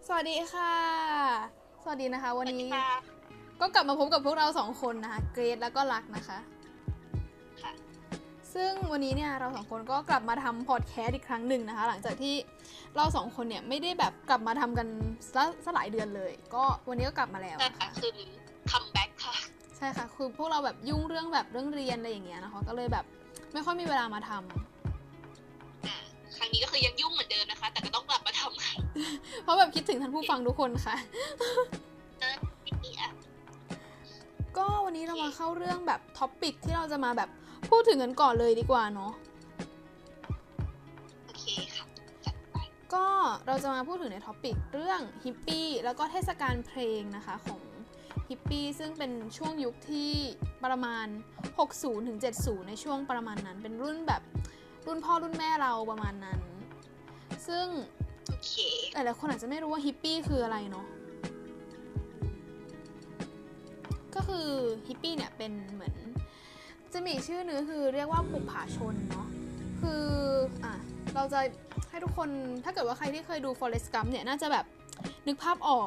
สวัสดีค่ะสวัสดีนะคะวันนี้สวัสดีค่ะก็กลับมาพบกับพวกเราสองคนนะคะเกรซแล้วก็ลักนะคะค่ะซึ่งวันนี้เนี่ยเราสองคนก็กลับมาทำพอดแคสต์อีกครั้งหนึ่งนะคะหลังจากที่เราสองคนเนี่ยไม่ได้แบบกลับมาทำกันซะหลายเดือนเลยก็วันนี้ก็กลับมาแล้วแต่นะคะคือคัมแบ็กค่ะใช่ค่ะคือพวกเราแบบยุ่งเรื่องแบบเรื่องเรียนอะไรอย่างเงี้ยนะคะก็เลยแบบไม่ค่อยมีเวลามาทำครั้งนี้ก็คือยังยุ่งเหมือนเดิมนะคะ แต่ก็ต้องกลับมาทำค่ะเพราะแบบคิดถึงท่านผู้ฟังทุกคนค่ะนี่อ่ะก็วันนี้เรามาเข้าเรื่องแบบท็อปิกที่เราจะมาแบบพูดถึงกันก่อนเลยดีกว่าเนาะโอเคค่ะจัดไปก็เราจะมาพูดถึงในท็อปิกเรื่องฮิปปี้แล้วก็เทศกาลเพลงนะคะของฮิปปี้ซึ่งเป็นช่วงยุคที่ประมาณ60ถึง70ในช่วงประมาณนั้นเป็นรุ่นแบบรุ่นพ่อรุ่นแม่เราประมาณนั้นซึ่งโอเคหลายๆคนอาจจะไม่รู้ว่าฮิปปี้คืออะไรเนาะก็คือฮิปปี้เนี่ยเป็นเหมือนจะมีชื่อนึงคือเรียกว่าปุถุชนเนาะคือเราจะให้ทุกคนถ้าเกิดว่าใครที่เคยดู Forrest Gump เนี่ยน่าจะแบบนึกภาพออก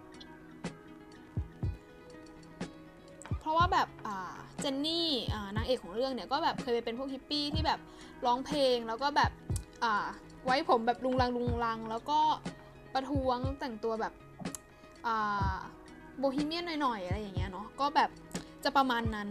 เพราะว่าแบบเจนนี่นางเอกของเรื่องเนี่ยก็แบบเคยไปเป็นพวกฮิปปี้ที่แบบร้องเพลงแล้วก็แบบไว้ผมแบบลุงลังแล้วก็ประท้วงแต่งตัวแบบโบฮีเมียนหน่อยๆอะไรอย่างเงี้ยเนาะก็แบบจะประมาณนั้น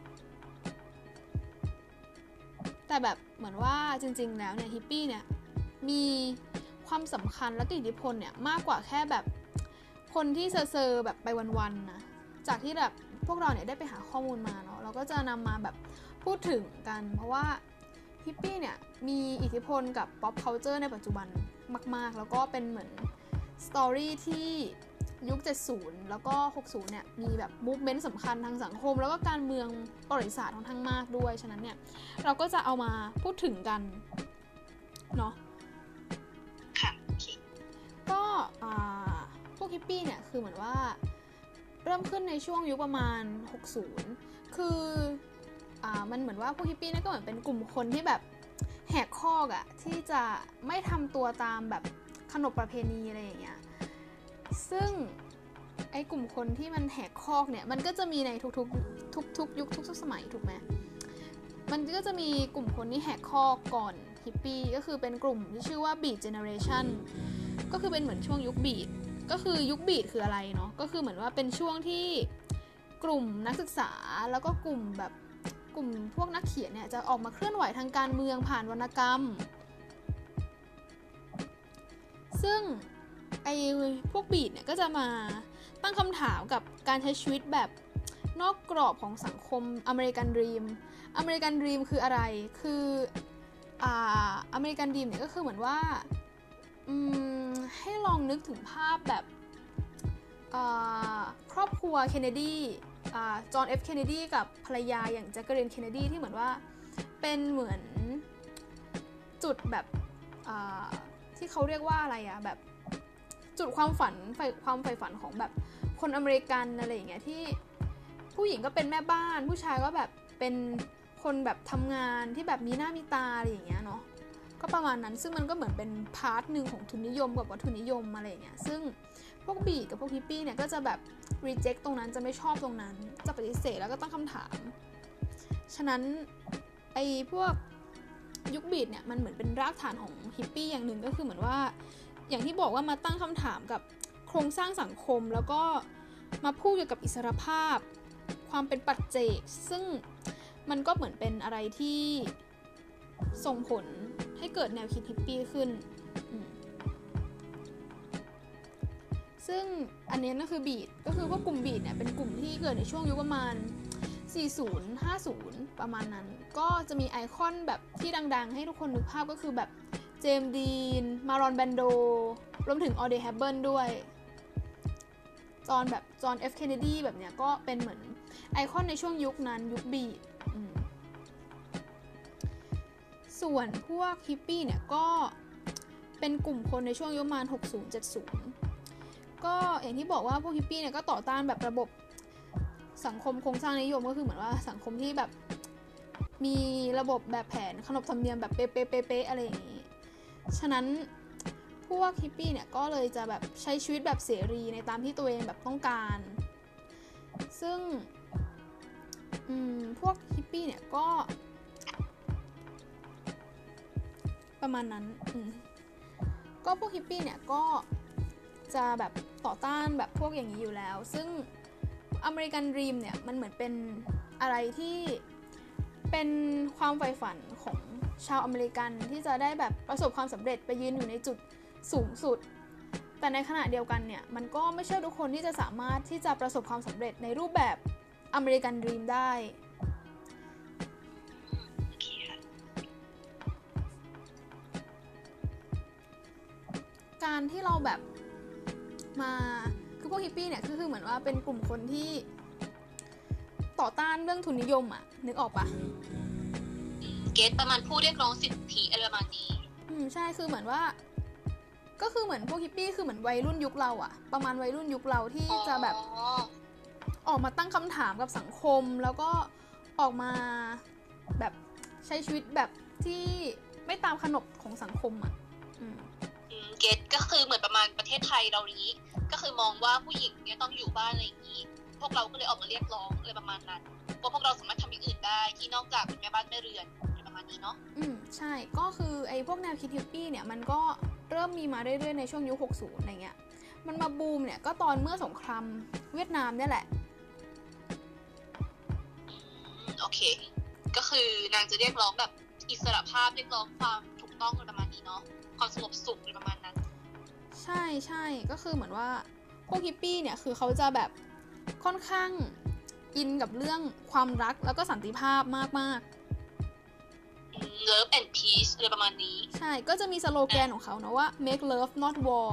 แต่แบบเหมือนว่าจริงๆแล้วเนี่ยฮิปปี้เนี่ยมีความสำคัญและอิทธิพลเนี่ยมากกว่าแค่แบบคนที่เซอร์แบบไปวันๆนะจากที่แบบพวกเราเนี่ยได้ไปหาข้อมูลมาเนาะเราก็จะนำมาแบบพูดถึงกันเพราะว่าฮิปปี้เนี่ยมีอิทธิพลกับ pop culture ในปัจจุบันมากๆแล้วก็เป็นเหมือนสตอรี่ที่ยุค70แล้วก็60เนี่ยมีแบบมูฟเมนต์สำคัญทางสังคมแล้วก็การเมืองประวัติศาสตร์ค่อนข้างมากด้วยฉะนั้นเนี่ยเราก็จะเอามาพูดถึงกันเนาะค่ะโอเคก็พวกฮิปปี้เนี่ยคือเหมือนว่าเริ่มขึ้นในช่วงยุคประมาณ60คือมันเหมือนว่าพวกฮิปปี้เนี่ยก็เหมือนเป็นกลุ่มคนที่แบบแหกข้อกอะที่จะไม่ทำตัวตามแบบขนบประเพณีอะไรอย่างเงี้ยซึ่งไอ้กลุ่มคนที่มันแหกคอกเนี่ยมันก็จะมีในทุกยุคทุกสมัยถูกไหมมันก็จะมีกลุ่มคนที่แหกคอกก่อนฮิปปี้ก็คือเป็นกลุ่มที่ชื่อว่า Beat Generation ก็คือเป็นเหมือนช่วงยุคบีทก็คือยุคบีทคืออะไรเนาะก็คือเหมือนว่าเป็นช่วงที่กลุ่มนักศึกษาแล้วก็กลุ่มแบบกลุ่มพวกนักเขียนเนี่ยจะออกมาเคลื่อนไหวทางการเมืองผ่านวรรณกรรมซึ่งไอ้พวกบีทเนี่ยก็จะมาตั้งคำถามกับการใช้ชีวิตแบบนอกกรอบของสังคมอเมริกันดรีมอเมริกันดรีมคืออะไรคืออเมริกันดรีมเนี่ยก็คือเหมือนว่าให้ลองนึกถึงภาพแบบครอบครัวเคนเนดีจอห์นเอฟเคนเนดีกับภรรยาอย่างแจ็คเกอรีนเคนเนดีที่เหมือนว่าเป็นเหมือนจุดแบบที่เขาเรียกว่าอะไรอะแบบจุดความใฝ่ฝันของแบบคนอเมริกันอะไรอย่างเงี้ยที่ผู้หญิงก็เป็นแม่บ้านผู้ชายก็แบบเป็นคนแบบทำงานที่แบบมีหน้ามีตาอะไรอย่างเงี้ยเนาะก็ประมาณนั้นซึ่งมันก็เหมือนเป็นพาร์ทหนึ่งของทุนนิยมกับวัตถุนิยมอะไรอย่างเงี้ยซึ่งพวกบีทกับพวกฮิปปี้เนี่ยก็จะแบบ reject ตรงนั้นจะไม่ชอบตรงนั้นจะปฏิเสธแล้วก็ตั้งคำถามฉะนั้นไอ้พวกยุคบีทเนี่ยมันเหมือนเป็นรากฐานของฮิปปี้อย่างหนึ่งก็คือเหมือนว่าอย่างที่บอกว่ามาตั้งคำถามกับโครงสร้างสังคมแล้วก็มาพูดเกี่ยวกับอิสรภาพความเป็นปัจเจกซึ่งมันก็เหมือนเป็นอะไรที่ส่งผลให้เกิดแนวคิดฮิปปี้ขึ้นซึ่งอันนี้ก็คือบีทก็คือพวกกลุ่มบีทเนี่ยเป็นกลุ่มที่เกิดในช่วงยุคประมาณ40-50ประมาณนั้นก็จะมีไอคอนแบบที่ดังๆให้ทุกคนนึกภาพก็คือแบบเจมส์ดีนมารอนแบนโดรวมถึงออเดย์แฮปเบิลด้วยจอห์นเอฟเคนเนดีแบบเนี้ยก็เป็นเหมือนไอคอนในช่วงยุคนั้นยุคบีทส่วนพวกฮิปปี้เนี่ยก็เป็นกลุ่มคนในช่วงยุคประมาณ60-70ก็อย่างที่บอกว่าพวกฮิปปี้เนี่ยก็ต่อต้านแบบระบบสังคมโครงสร้างนิยมก็คือเหมือนว่าสังคมที่แบบมีระบบแบบแผนขนบธรรมเนียมแบบเป๊ะๆอะไรอย่างนี้ฉะนั้นพวกฮิปปี้เนี่ยก็เลยจะแบบใช้ชีวิตแบบเสรีในตามที่ตัวเองแบบต้องการซึ่งพวกฮิปปี้เนี่ยก็ประมาณนั้นก็พวกฮิปปี้เนี่ยก็จะแบบต่อต้านแบบพวกอย่างนี้อยู่แล้วซึ่งอเมริกันดรีมเนี่ยมันเหมือนเป็นอะไรที่เป็นความใฝ่ฝันของชาวอเมริกันที่จะได้แบบประสบความสำเร็จไปยืนอยู่ในจุดสูงสุดแต่ในขณะเดียวกันเนี่ยมันก็ไม่ใช่ทุกคนที่จะสามารถที่จะประสบความสำเร็จในรูปแบบอเมริกันดรีมได้การที่เราแบบมาคือพวกฮิปปี้เนี่ยคือเหมือนว่าเป็นกลุ่มคนที่ต่อต้านเรื่องทุนนิยมอ่ะนึกออกปะเกตประมาณผู้เรียกร้องสิทธิอะไรประมาณนี้ใช่คือเหมือนว่าก็คือเหมือนพวกฮิปปี้คือเหมือนวัยรุ่นยุคเราอ่ะประมาณวัยรุ่นยุคเราที่จะแบบออกมาตั้งคำถามกับสังคมแล้วก็ออกมาแบบใช้ชีวิตแบบที่ไม่ตามขนบของสังคมอ่ะเกตก็คือเหมือนประมาณประเทศไทยเรานี้ก็คือมองว่าผู้หญิงเนี่ยต้องอยู่บ้านอะไรอย่างนี้พวกเราก็เลยออกมาเรียกร้องอะไรประมาณนั้นว่าพวกเราสามารถทำอย่างอื่นได้ที่นอกจากเป็นแม่บ้านแม่เรือนอะไรประมาณนี้เนาะใช่ก็คือไอ้พวกแนวคิดฮิปปี้เนี่ยมันก็เริ่มมีมาเรื่อยๆในช่วงยุค60อะไรเงี้ยมันมาบูมเนี่ยก็ตอนเมื่อสงครามเวียดนามเนี่ยแหละโอเคก็คือนางจะเรียกร้องแบบอิสรภาพเรียกร้องความถูกต้องอะไรประมาณนี้เนาะความสงบสุขอะไรประมาณนั้นใช่ใช่ก็คือเหมือนว่าพวกฮิปปี้เนี่ยคือเขาจะแบบค่อนข้างอินกับเรื่องความรักแล้วก็สันติภาพมากๆ Love and Peace อะไรประมาณนี้ใช่ก็จะมีสโลแกนของเขานะว่า Make Love Not War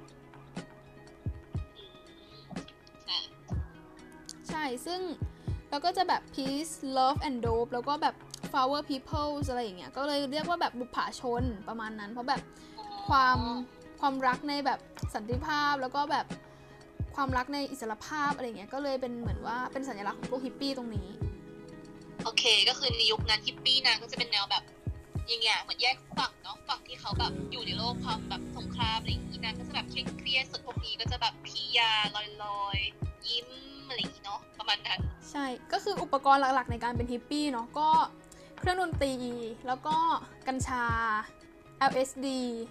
ใช่ซึ่งแล้วก็จะแบบ Peace Love and Dope แล้วก็แบบ Flower People อะไรอย่างเงี้ยก็เลยเรียกว่าแบบบุปผาชนประมาณนั้นเพราะแบบความรักในแบบสันติภาพแล้วก็แบบความรักในอิสรภาพอะไรเงี้ยก็เลยเป็นเหมือนว่าเป็นสัญลักษณ์ของพวกฮิปปี้ตรงนี้โอเคก็คือในยุคนั้นฮิปปี้นางก็จะเป็นแนวแบบอย่างเงี้ยเหมือนแยกฝั่งเนาะฝั่งที่เขาแบบอยู่ในโลกความแบบสงครามอะไรอย่างงี้นางก็จะแบบเครียดส่วนพวกนี้ก็จะแบบพียาลอยๆยิ้มอะไรอย่างงี้เนาะประมาณนั้นใช่ก็คืออุปกรณ์หลักๆในการเป็นฮิปปี้เนาะก็เครื่องดนตรีแล้วก็กัญชา LSD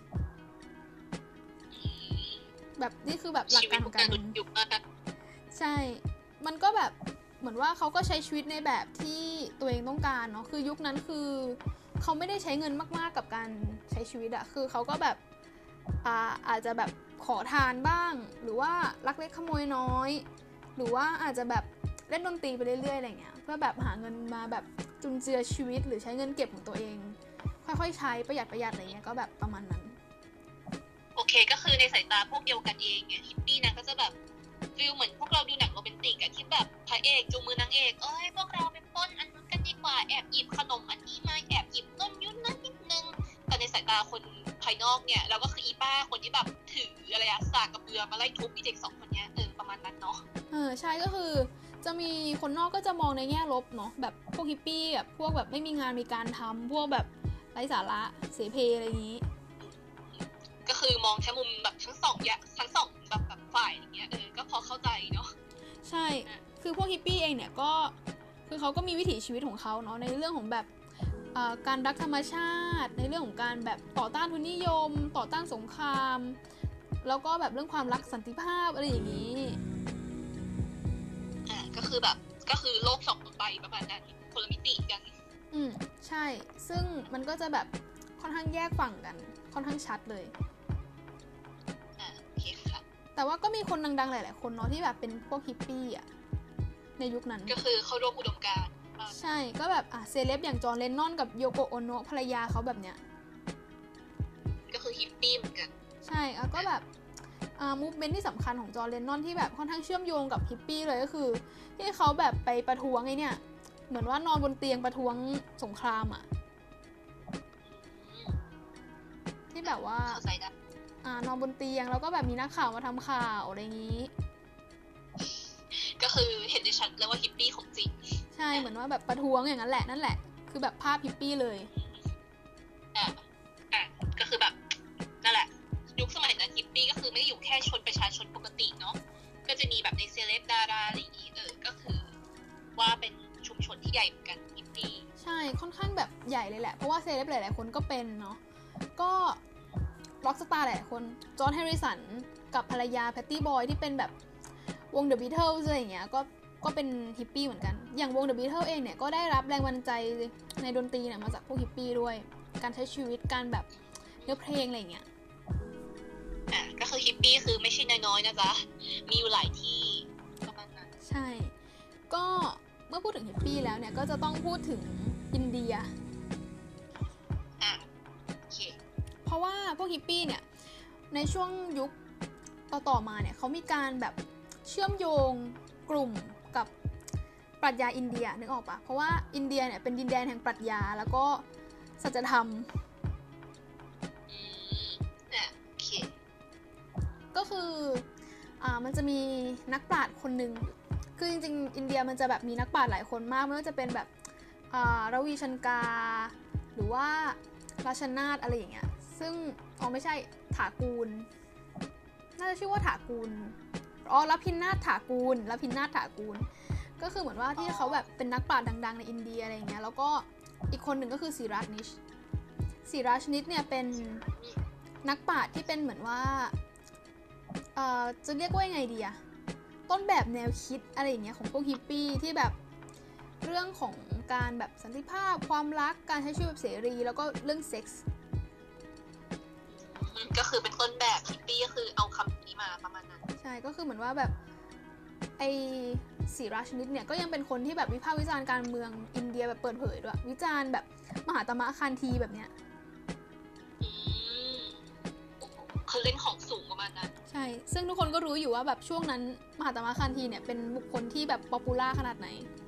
แบบนี่คือแบบหลักการของการใช่มันก็แบบเหมือนว่าเขาก็ใช้ชีวิตในแบบที่ตัวเองต้องการเนาะคือยุคนั้นคือเขาไม่ได้ใช้เงินมากๆกับการใช้ชีวิตอะคือเขาก็แบบอาจจะแบบขอทานบ้างหรือว่าลักเล็กขโมยน้อยหรือว่าอาจจะแบบเล่นดนตรีไปเรื่อยๆอะไรเงี้ยเพื่อแบบหาเงินมาแบบจุนเจือชีวิตหรือใช้เงินเก็บของตัวเองค่อยๆใช้ประหยัดอะไรเงี้ยก็แบบประมาณนั้นโอเคก็คือในสายตาพวกเดียวกันเองเนี่ยฮิปปี้นะก็จะแบบฟิลเหมือนพวกเราดูหนังโรแมนติกอะที่แบบพระเอกจูงมือนางเอกพวกเราไปปล้นอันนั้นกันดีกว่าแอบหยิบขนมอันนี้มาแอบหยิบต้นยุ่นนั่นนิดนึงแต่ในสายตาคนภายนอกเนี่ยเราก็คืออีป้าคนที่แบบถืออะไรอะสากกระเบือมาไล่ทุบอีเด็ก2คนเนี้ยประมาณนั้นเนาะใช่ก็คือจะมีคนนอกก็จะมองในแง่ลบเนาะแบบพวกฮิปปี้แบบพวกแบบไม่มีงานมีการทำพวกแบบไร้สาระเสเพอะไรอย่างนี้ก็คือมองแค่มุมแบบทั้งสองแบบฝ่ายอย่างเงี้ยก็พอเข้าใจเนาะใช่คือพวกฮิปปี้เองเนี่ยก็คือเขาก็มีวิถีชีวิตของเขาเนาะในเรื่องของแบบการรักธรรมชาติในเรื่องของการแบบต่อต้านทุนนิยมต่อต้านสงครามแล้วก็แบบเรื่องความรักสันติภาพอะไรอย่างนี้ก็คือแบบก็คือโลกสองใบประมาณนั้นคนละมิติกันใช่ซึ่งมันก็จะแบบค่อนข้างแยกฝั่งกันค่อนข้างชัดเลยโอเคค่ะแต่ว่าก็มีคนดังๆหลายๆคนเนาะที่แบบเป็นพวกฮิปปี้อ่ะในยุคนั้นก็คือเขาร่วมอุดมการณ์ใช่ก็แบบเซเลบอย่างจอห์นเลนนอนกับโยโกโอโนะภรรยาเขาแบบเนี้ยก็คือฮิปปี้เหมือนกันใช่ก็แบบมูฟเมนต์ที่สำคัญของจอห์นเลนนอนที่แบบค่อนข้างเชื่อมโยงกับฮิปปี้เลยก็คือที่เขาแบบไปประท้วงไอ้เนี่ยเหมือนว่านอนบนเตียงประท้วงสงครามอ่ะที่แบบว่านอนบนเตียงแล้วก็แบบมีนักข่าวมาทำข่าวอะไรอย่างนี้ก็คือเห็นได้ชัดเลยว่าฮิปปี้ของจริงใช่เหมือนว่าแบบประท้วงอย่างนั้นแหละนั่นแหละคือแบบภาพฮิปปี้เลยก็คือแบบนั่นแหละยุคสมัยชนประชาชนปกติเนาะก็จะมีแบบในเซเลบดาราอะไรอย่างงี้ก็คือว่าเป็นชุมชนที่ใหญ่เหมือนกันฮิปปี้ใช่ค่อนข้างแบบใหญ่เลยแหละเพราะว่าเซเลบหลายๆคนก็เป็นเนาะก็ร็อกสตาร์หลายคนจอห์นแฮร์ริสันกับภรรยาแพตตี้บอยที่เป็นแบบวง The Beatles อะไรอย่างเงี้ยก็เป็นฮิปปี้เหมือนกันอย่างวง The Beatles เองเนี่ยก็ได้รับแรงบันดาลใจในดนตรีเนี่ยมาจากพวกฮิปปี้ด้วยการใช้ชีวิตการแบบเนื้อเพลงอะไรอย่างเงี้ยก็คือฮิปปี้คือไม่ใช่น้อยๆนะจ๊ะมีอยู่หลายที่ประมาณนั้นใช่ก็เมื่อพูดถึงฮิปปี้แล้วเนี่ยก็จะต้องพูดถึงอินเดียโอเคเพราะว่าพวกฮิปปี้เนี่ยในช่วงยุคต่อมาเนี่ยเขามีการแบบเชื่อมโยงกลุ่มกับปรัชญาอินเดียนึกออกปะเพราะว่าอินเดียเนี่ยเป็นดินแดนแห่งปรัชญาแล้วก็สัจธรรมโอเคก็คือมันจะมีนักปราชญ์คนหนึ่งคือจริงๆอินเดียมันจะแบบมีนักปราชญ์หลายคนมากไม่ว่าจะเป็นแบบรวีชันกาหรือว่าราชนาถอะไรอย่างเงี้ยซึ่งไม่ใช่ถากูลน่าจะชื่อว่าถากูลรพินนาถถากูลก็คือเหมือนว่าที่เขาแบบเป็นนักปราชญ์ดังๆในอินเดียอะไรอย่างเงี้ยแล้วก็อีกคนหนึ่งก็คือศิราชนิชเนี่ยเป็นนักปราชญ์ที่เป็นเหมือนว่าจะเรียกว่ายังไงดีอะต้นแบบแนวคิดอะไรอย่างเงี้ยของพวกฮิปปี้ที่แบบเรื่องของการแบบสันติภาพความรักการใช้ชีวิตแบบเสรีแล้วก็เรื่องเซ็กส์ก็คือเป็นต้นแบบฮิปปี้ก็คือเอาคำนี้มาประมาณนั้นใช่ก็คือเหมือนว่าแบบไอศิราชนิชเนี่ยก็ยังเป็นคนที่แบบวิพากษ์วิจารณ์การเมืองอินเดียแบบเปิดเผยด้วยวิจารณ์แบบมหาตมะคานธีแบบเนี้ยเขาเล่นของสูงประมาณนั้นใช่ซึ่งทุกคนก็รู้อยู่ว่าแบบช่วงนั้นมหาตมะคานธีเนี่ยเป็นบุคคลที่แบบป๊อปปูล่าขนาดไหน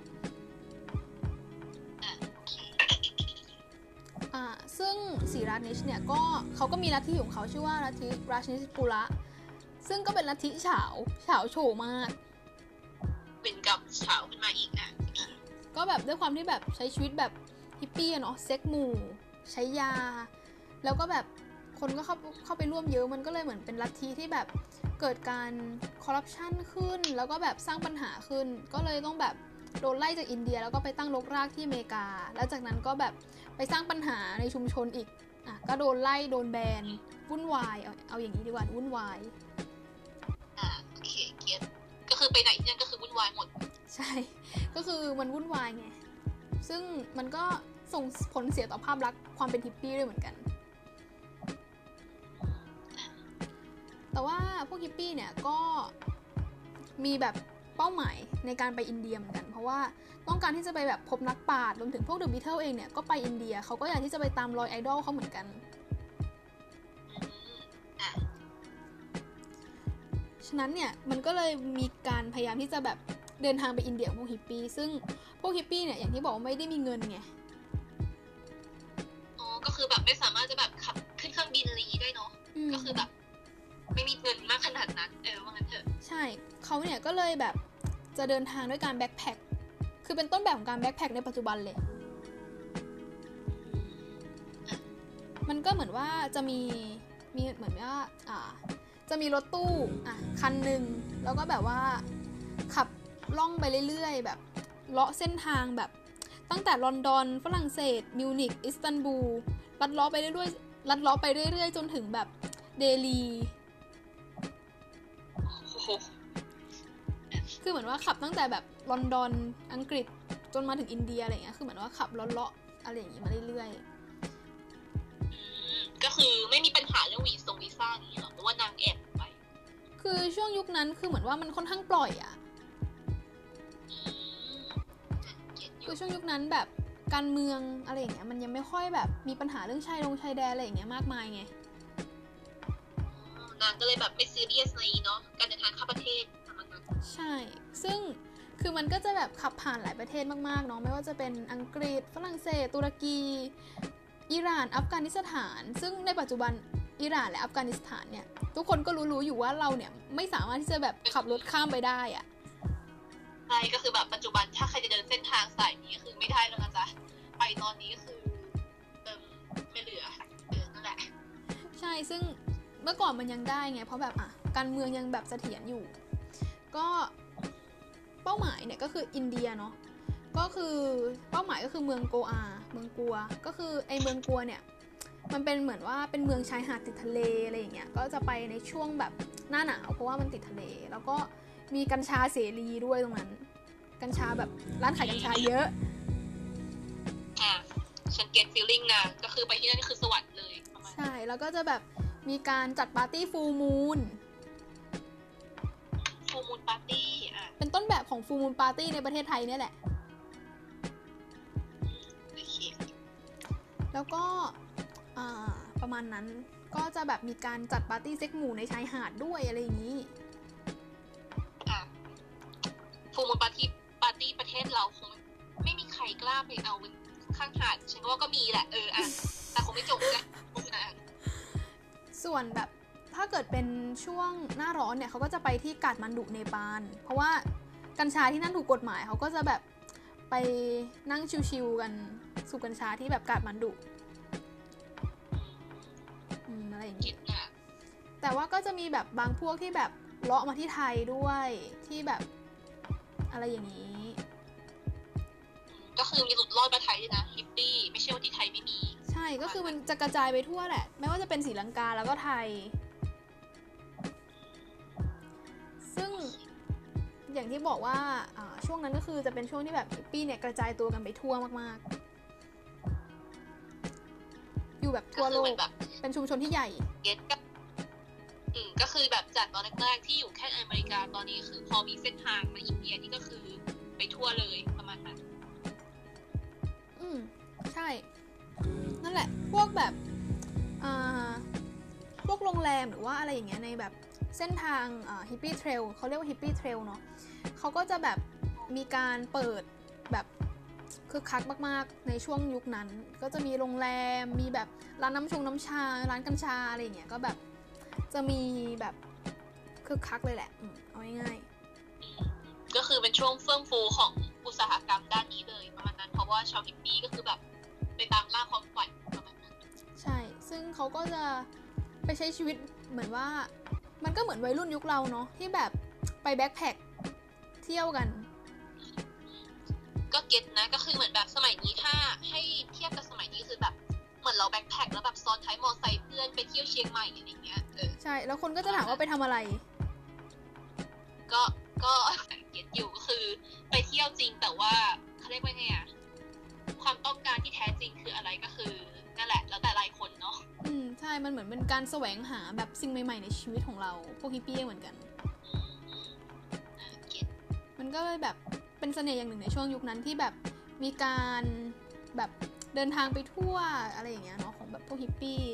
ซึ่งศิราชนิชเนี่ยก็เขาก็มีลัทธิของเขาชื่อว่าลัทธิราชนิชปุระซึ่งก็เป็นลัทธิเฉาโฉมากเป็นกับเฉาขึ้นมาอีกก็แบบด้วยความที่แบบใช้ชีวิตแบบฮิปปี้เนาะเซ็กหมู่ใช้ยาแล้วก็แบบคนก็เข้าไปร่วมเยอะมันก็เลยเหมือนเป็นลัทธิที่แบบเกิดการคอร์รัปชันขึ้นแล้วก็แบบสร้างปัญหาขึ้นก็เลยต้องแบบโดนไล่จากอินเดียแล้วก็ไปตั้งรกรากที่อเมริกาแล้วจากนั้นก็แบบไปสร้างปัญหาในชุมชนอีกก็โดนไล่โดนแบนวุ่นวายเอาอย่างนี้ดีกว่าวุ่นวายโอเคเก็ตก็คือไปไหนที่นั่นก็คือวุ่นวายหมดใช่ก็คือมันวุ่นวายไงซึ่งมันก็ส่งผลเสียต่อภาพลักษณ์ความเป็นฮิปปี้ด้วยเหมือนกันแต่ว่าพวกฮิปปี้เนี่ยก็มีแบบเป้าหมายในการไปอินเดียเหมือนกันเพราะว่าต้องการที่จะไปแบบพบนักปราชญ์รวมถึงพวกเดอะบีเทิลเองเนี่ยก็ไปอินเดียเขาก็อยากที่จะไปตามรอยไอดอลเขาเหมือนกันฉะนั้นเนี่ยมันก็เลยมีการพยายามที่จะแบบเดินทางไปอินเดียของพวกฮิปปี้ซึ่งพวกฮิปปี้เนี่ยอย่างที่บอกว่าไม่ได้มีเงินไงก็คือแบบไม่สามารถจะแบบขับขึ้นเครื่องบินอะไรอย่างนี้ได้เนาะก็คือแบบไม่มีเงินมากขนาดนั้นว่างั้นเถอะใช่เขาเนี่ยก็เลยแบบจะเดินทางด้วยการแบ็คแพ็คคือเป็นต้นแบบของการแบ็คแพ็คในปัจจุบันเลยมันก็เหมือนว่าจะมีเหมือนว่าจะมีรถตู้คันหนึ่งแล้วก็แบบว่าขับล่องไปเรื่อยๆแบบเลาะเส้นทางแบบตั้งแต่ลอนดอนฝรั่งเศสมิวนิกอิสตันบูลลัดเลาะไปเรื่อยๆจนถึงแบบเดลีคือเหมือนว่าขับตั้งแต่แบบลอนดอนอังกฤษจนมาถึงอินเดียอะไรเงี้ยคือเหมือนว่าขับเลาะอะไรอย่างงี้มาเรื่อยๆก็คือไม่มีปัญหาเรื่องวีซ่าอย่างนี้หรอเพราะว่านางแอบไปคือช่วงยุคนั้นคือเหมือนว่ามันค่อนข้างปล่อยคือช่วงยุคนั้นแบบการเมืองอะไรอย่างเงี้ยมันยังไม่ค่อยแบบมีปัญหาเรื่องชายแดนอะไรอย่างเงี้ยมากมายไงนางก็เลยแบบไม่ซีเรียสอะไรเนาะการเดินทางเข้าประเทศใช่ซึ่งคือมันก็จะแบบขับผ่านหลายประเทศมากๆเนาะไม่ว่าจะเป็นอังกฤษฝรั่งเศสตุรกีอิหร่านอัฟกานิสถานซึ่งในปัจจุบันอิหร่านและอัฟกานิสถานเนี่ยทุกคนก็รู้อยู่ว่าเราเนี่ยไม่สามารถที่จะแบบขับรถข้ามไปได้ใช่ก็คือแบบปัจจุบันถ้าใครจะเดินเส้นทางสายนี้คือไม่ได้แล้วนะจ๊ะไปตอนนี้ก็คือไม่เหลือนั่นแหละใช่ซึ่งเมื่อก่อนมันยังได้ไงเพราะแบบการเมืองยังแบบเสถียรอยู่ก็เป้าหมายเนี่ยก็คืออินเดียเนาะก็คือเป้าหมายก็คือเมืองโกอาเมืองกัวก็คือไอเมืองกัวเนี่ยมันเป็นเหมือนว่าเป็นเมืองชายหาดติดทะเลอะไรอย่างเงี้ยก็จะไปในช่วงแบบหน้าหนาวเพราะว่ามันติดทะเลแล้วก็มีกัญชาเสรีด้วยตรงนั้นกัญชาแบบร้านขายกัญชาเยอะฉันเก็ตฟีลลิ่งนะก็คือไปที่นั่นคือสวรรค์เลยประมาณใช่แล้วก็จะแบบมีการจัดปาร์ตี้ฟูลมูนปาร์ตี้เป็นต้นแบบของฟูลมูนปาร์ตี้ในประเทศไทยเนี่ยแหละโอเคแล้วก็ประมาณนั้นก็จะแบบมีการจัดปาร์ตี้เซ็กหมู่ในชายหาดด้วยอะไรอย่างนี้ฟูลมูนปาร์ตี้ประเทศเราคงไม่มีใครกล้าไปเอาข้างหาดฉันว่าก็มีแหละแต่คงไม่จบนะส่วนแบบถ้าเกิดเป็นช่วงหน้าร้อนเนี่ยเขาก็จะไปที่กาฐมาณฑุเนปาลเพราะว่ากัญชาที่นั่นถูกกฎหมายเขาก็จะแบบไปนั่งชิลๆกันสูบกัญชาที่แบบกาฐมาณฑุอะไรอย่างเงี้ยแต่ว่าก็จะมีแบบบางพวกที่แบบเลาะมาที่ไทยด้วยที่แบบอะไรอย่างนี้ก็คือมีหลุดรอดมาไทยด้วยนะฮิปปี้ไม่ใช่ว่าที่ไทยไม่มีใช่ก็คือมันจะกระจายไปทั่วแหละไม่ว่าจะเป็นศรีลังกาแล้วก็ไทยซึ่งอย่างที่บอกว่าช่วงนั้นก็คือจะเป็นช่วงที่แบบฮิปปี้เนี่ยกระจายตัวกันไปทั่วมากๆอยู่แบบทั่วโลกเป็นชุมชนที่ใหญ่ก็คือแบบจากตอนแรกๆที่อยู่แค่อเมริกาตอนนี้คือพอมีเส้นทางมาอินเดียนี่ก็คือไปทั่วเลยประมาณนั้นใช่นั่นแหละพวกแบบพวกโรงแรมหรือว่าอะไรอย่างเงี้ยในแบบเส้นทางฮิปปี้เทรลเขาเรียกว่าฮิปปี้เทรลเนาะเขาก็จะแบบมีการเปิดแบบคึกคักมากๆในช่วงยุคนั้นก็จะมีโรงแรมมีแบบร้านน้ำชาร้านกัญชาอะไรอย่างเงี้ยก็แบบจะมีแบบคึกคักเลยแหละเอาง่ายๆก็คือเป็นช่วงเฟื่องฟูของอุตสาหกรรมด้านนี้เลยประมาณนั้นเพราะว่าชาวฮิปปี้ก็คือแบบไปตามล่าความฝันประมาณนั้นใช่ซึ่งเขาก็จะไปใช้ชีวิตเหมือนว่ามันก็เหมือนวัยรุ่นยุคเราเนาะที่แบบไปแบ็คแพ็คเที่ยวกันก็เก็ตนะก็คือเหมือนแบบสมัยนี้ถ้าให้เทียบกับสมัยนี้คือแบบเหมือนเราแบ็คแพ็คแล้วแบบซ้อนท้ายมอไซค์เพื่อนไปเที่ยวเชียงใหม่อะไรเงี้ยใช่แล้วคนก็จะถามว่าไปทำอะไรก็เก็ตอยู่ก็คือไปเที่ยวจริงแต่ว่าเขาเรียกว่าไงอะความต้องการที่แท้จริงคืออะไรก็คือนั่นแหละแล้วแต่รายคนเนาะใช่มันเหมือนเป็นการแสวงหาแบบสิ่งใหม่ๆในชีวิตของเราพวกฮิปปี้เหมือนกันมันก็แบบเป็นเสน่ห์อย่างหนึ่งในช่วงยุคนั้นที่แบบมีการแบบเดินทางไปทั่วอะไรอย่างเงี้ยเนาะของแบบพวกฮิปปี้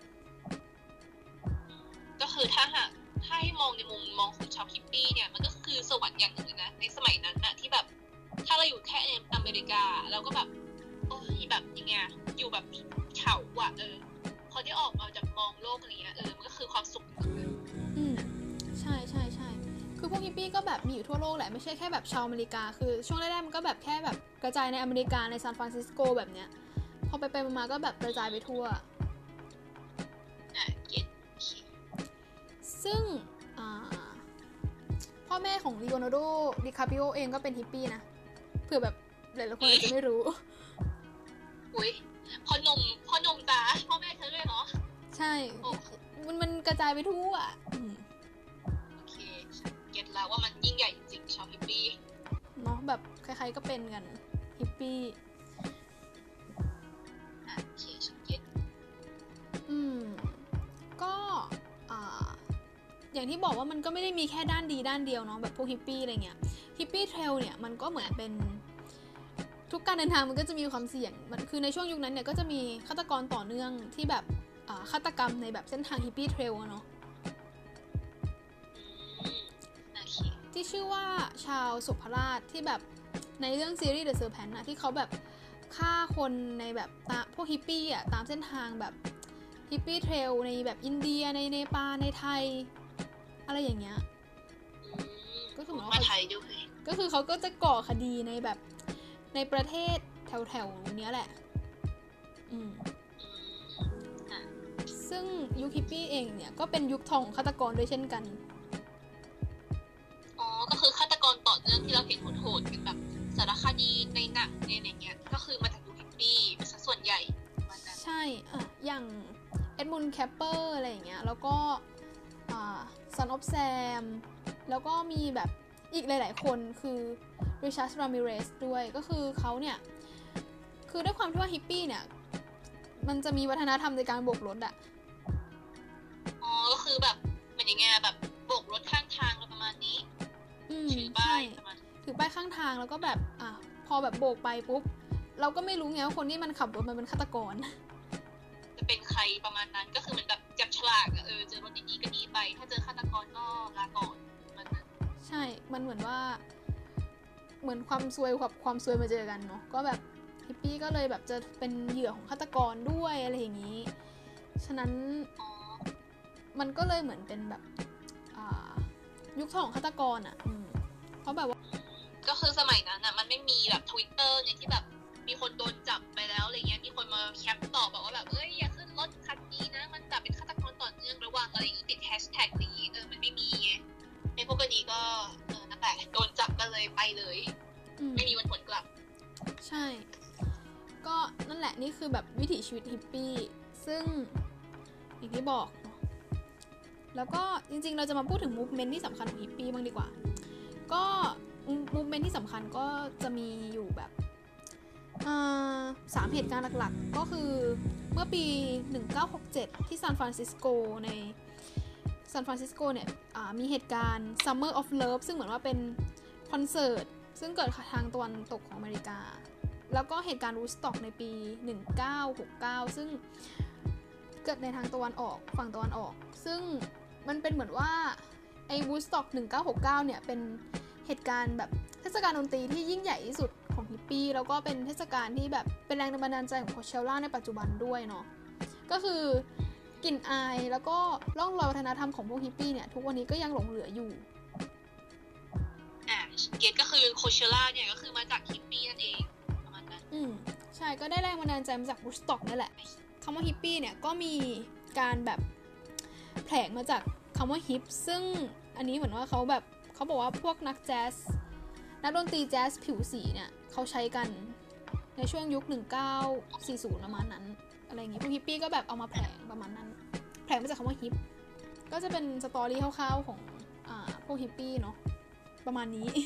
ก็คือถ้าให้มองในมุมมองของชาวฮิปปี้เนี่ยมันก็คือสวรรค์อย่างหนึ่งนะในสมัยนั้นนะที่แบบถ้าเราอยู่แค่ในอเมริกาเราก็แบบโอ้ยแบบยังไงอยู่แบบเฉาอ่ะพอได้ออกมาจากมองโลกอะไรเงี้ยมันก็คือความสุขใช่ใช่ใช่คือพวกฮิปปี้ก็แบบมีอยู่ทั่วโลกแหละไม่ใช่แค่แบบชาวอเมริกาคือช่วงแรกๆมันก็แบบแค่แบบกระจายในอเมริกาในซานฟรานซิสโกแบบเนี้ยพอไปมาก็แบบกระจายไปทั่วซึ่งพ่อแม่ของลีโอนาร์โด ดิคาปิโอเองก็เป็นฮิปปี้นะเผื่อแบบหลายๆคนอาจจะไม่รู้อุ้ยพ่อหนุ่มตาพ่อแม่เธอด้วยเหรอใช่มันกระจายไปทั่วโอเคเก็ตแล้วว่ามันยิ่งใหญ่จริงชาวฮิปปี้เนาะแบบใครๆก็เป็นกันฮิปปี้โอเคฉันเก็ตก็อย่างที่บอกว่ามันก็ไม่ได้มีแค่ด้านดีด้านเดียวเนาะแบบพวกฮิปปี้อะไรเงี้ยฮิปปี้เทรลเนี่ยมันก็เหมือนเป็นทุกการเดินทางมันก็จะมีความเสี่ยงมันคือในช่วงยุคนั้นเนี่ยก็จะมีฆาตกรต่อเนื่องที่แบบฆาตกรรมในแบบเส้นทางฮิปปี้เทรลเนาะที่ชื่อว่าชาวสุภราชที่แบบในเรื่องซีรีส์ The Serpent นะที่เขาแบบฆ่าคนในแบบพวกฮิปปี้อ่ะตามเส้นทางแบบฮิปปี้เทรลในแบบอินเดียในเนปาลในไทยอะไรอย่างเงี้ยก็คือเหมือนว่าไทยด้วยก็คือเขาก็จะก่อคดีในแบบในประเทศแถวๆนี้แหละซึ่งยุคฮิปปี้เองเนี่ยก็เป็นยุคทองของฆาตกรด้วยเช่นกันก็คือฆาตกรต่อเนื่องที่เราเห็นโหดๆกันแบบสารคดีในหนังในอะไรเงี้ยก็คือมาจากยุคฮิปปี้เป็นส่วนใหญ่มันนั้นใช่อย่างเอ็ดมุนด์แคปเปอร์อะไรอย่างเงี้ยแล้วก็Son of Sam แล้วก็มีแบบอีกหลายๆคนคือริชาร์ด รามิเรสด้วยก็คือเขาเนี่ยคือด้วยความที่ว่าฮิปปี้เนี่ยมันจะมีวัฒนธรรมในการโบกรถอะก็คือแบบเหมือนยังไงแบบโบกรถข้างทางอะไรประมาณนี้ถือป้ายถือป้ายข้างทางแล้วก็แบบพอแบบโบกไปปุ๊บเราก็ไม่รู้ไงว่าคนที่มันขับรถมันเป็นฆาตกรจะเป็นใครประมาณนั้นก็คือเหมือนแบบจับฉลากเจอรถดีๆก็ดีไปถ้าเจอฆาตกรก็ลาก่อนมันนั้นใช่มันเหมือนว่าเหมือนความซวยกับความซวยมาเจอกันเนาะก็แบบฮิปปี้ก็เลยแบบจะเป็นเหยื่อของฆาตกรด้วยอะไรอย่างนี้ฉะนั้นมันก็เลยเหมือนเป็นแบบยุคทองของฆาตกรเพราะแบบว่าก็คือสมัยนั้นมันไม่มีแบบ Twitter เนี่ยที่แบบมีคนโดนจับไปแล้วอะไรเงี้ยมีคนมาแคปต่อบอกว่าแบบอย่าขึ้นรถคันนี้นะมันแบบเป็นฆาตกรต่อเนื่องระวังอะไรอย่างงี้ติดแฮชแท็กนี้มันไม่มีไงไอ้พวกนี้ก็นั่นแหละโดนจับก็เลยไปเลยไม่มีวันผลกลับใช่ก็นั่นแหละนี่คือแบบวิถีชีวิตฮิปปี้ซึ่งอย่างที่บอกแล้วก็จริงๆเราจะมาพูดถึงมูฟเมนต์ที่สำคัญของฮิปปี้บ้างดีกว่าก็มูฟเมนต์ที่สำคัญก็จะมีอยู่แบบ3เหตุการณ์หลักๆก็คือเมื่อปี1967ที่ซานฟรานซิสโกในซานฟรานซิสโกเนี่ยมีเหตุการณ์ Summer of Love ซึ่งเหมือนว่าเป็นคอนเสิร์ตซึ่งเกิดทางตะวันตกของอเมริกาแล้วก็เหตุการณ์วูดสต็อกในปี1969ซึ่งเกิดในทางตะวันออกฝั่งตะวันออกซึ่งมันเป็นเหมือนว่าไอ้วูดสต็อก1969เนี่ยเป็นเหตุการณ์แบบเทศกาลดนตรีที่ยิ่งใหญ่ที่สุดของฮิปปี้แล้วก็เป็นเทศกาลที่แบบเป็นแรงบันดาลใจของโคเชลล่าในปัจจุบันด้วยเนาะก็คือกลิ่นอายแล้วก็ร่องรอยวัฒนธรรมของพวกฮิปปี้เนี่ยทุกวันนี้ก็ยังหลงเหลืออยู่เกตก็คือโคเชลล่าเนี่ยก็คือมาจากฮิปปี้นั่นเองประมาณนั้นใช่ก็ได้แรงบันดาลใจมาจากวูดสต็อกนี่แหละคำว่าฮิปปี้เนี่ยก็มีการแบบแผลงมาจากคำว่าฮิปซึ่งอันนี้เหมือนว่าเขาบอกว่าพวกนักดนตรีแจ๊สผิวสีเนี่ยเขาใช้กันในช่วงยุค1940ประมาณนั้นอะไรอย่างงี้พวกฮิปปี้ก็แบบเอามาแผลงประมาณนั้นแผลงมาจากคำว่าฮิปก็จะเป็นสตอรี่คร่าวๆของพวกฮิปปี้เนาะประมาณนี้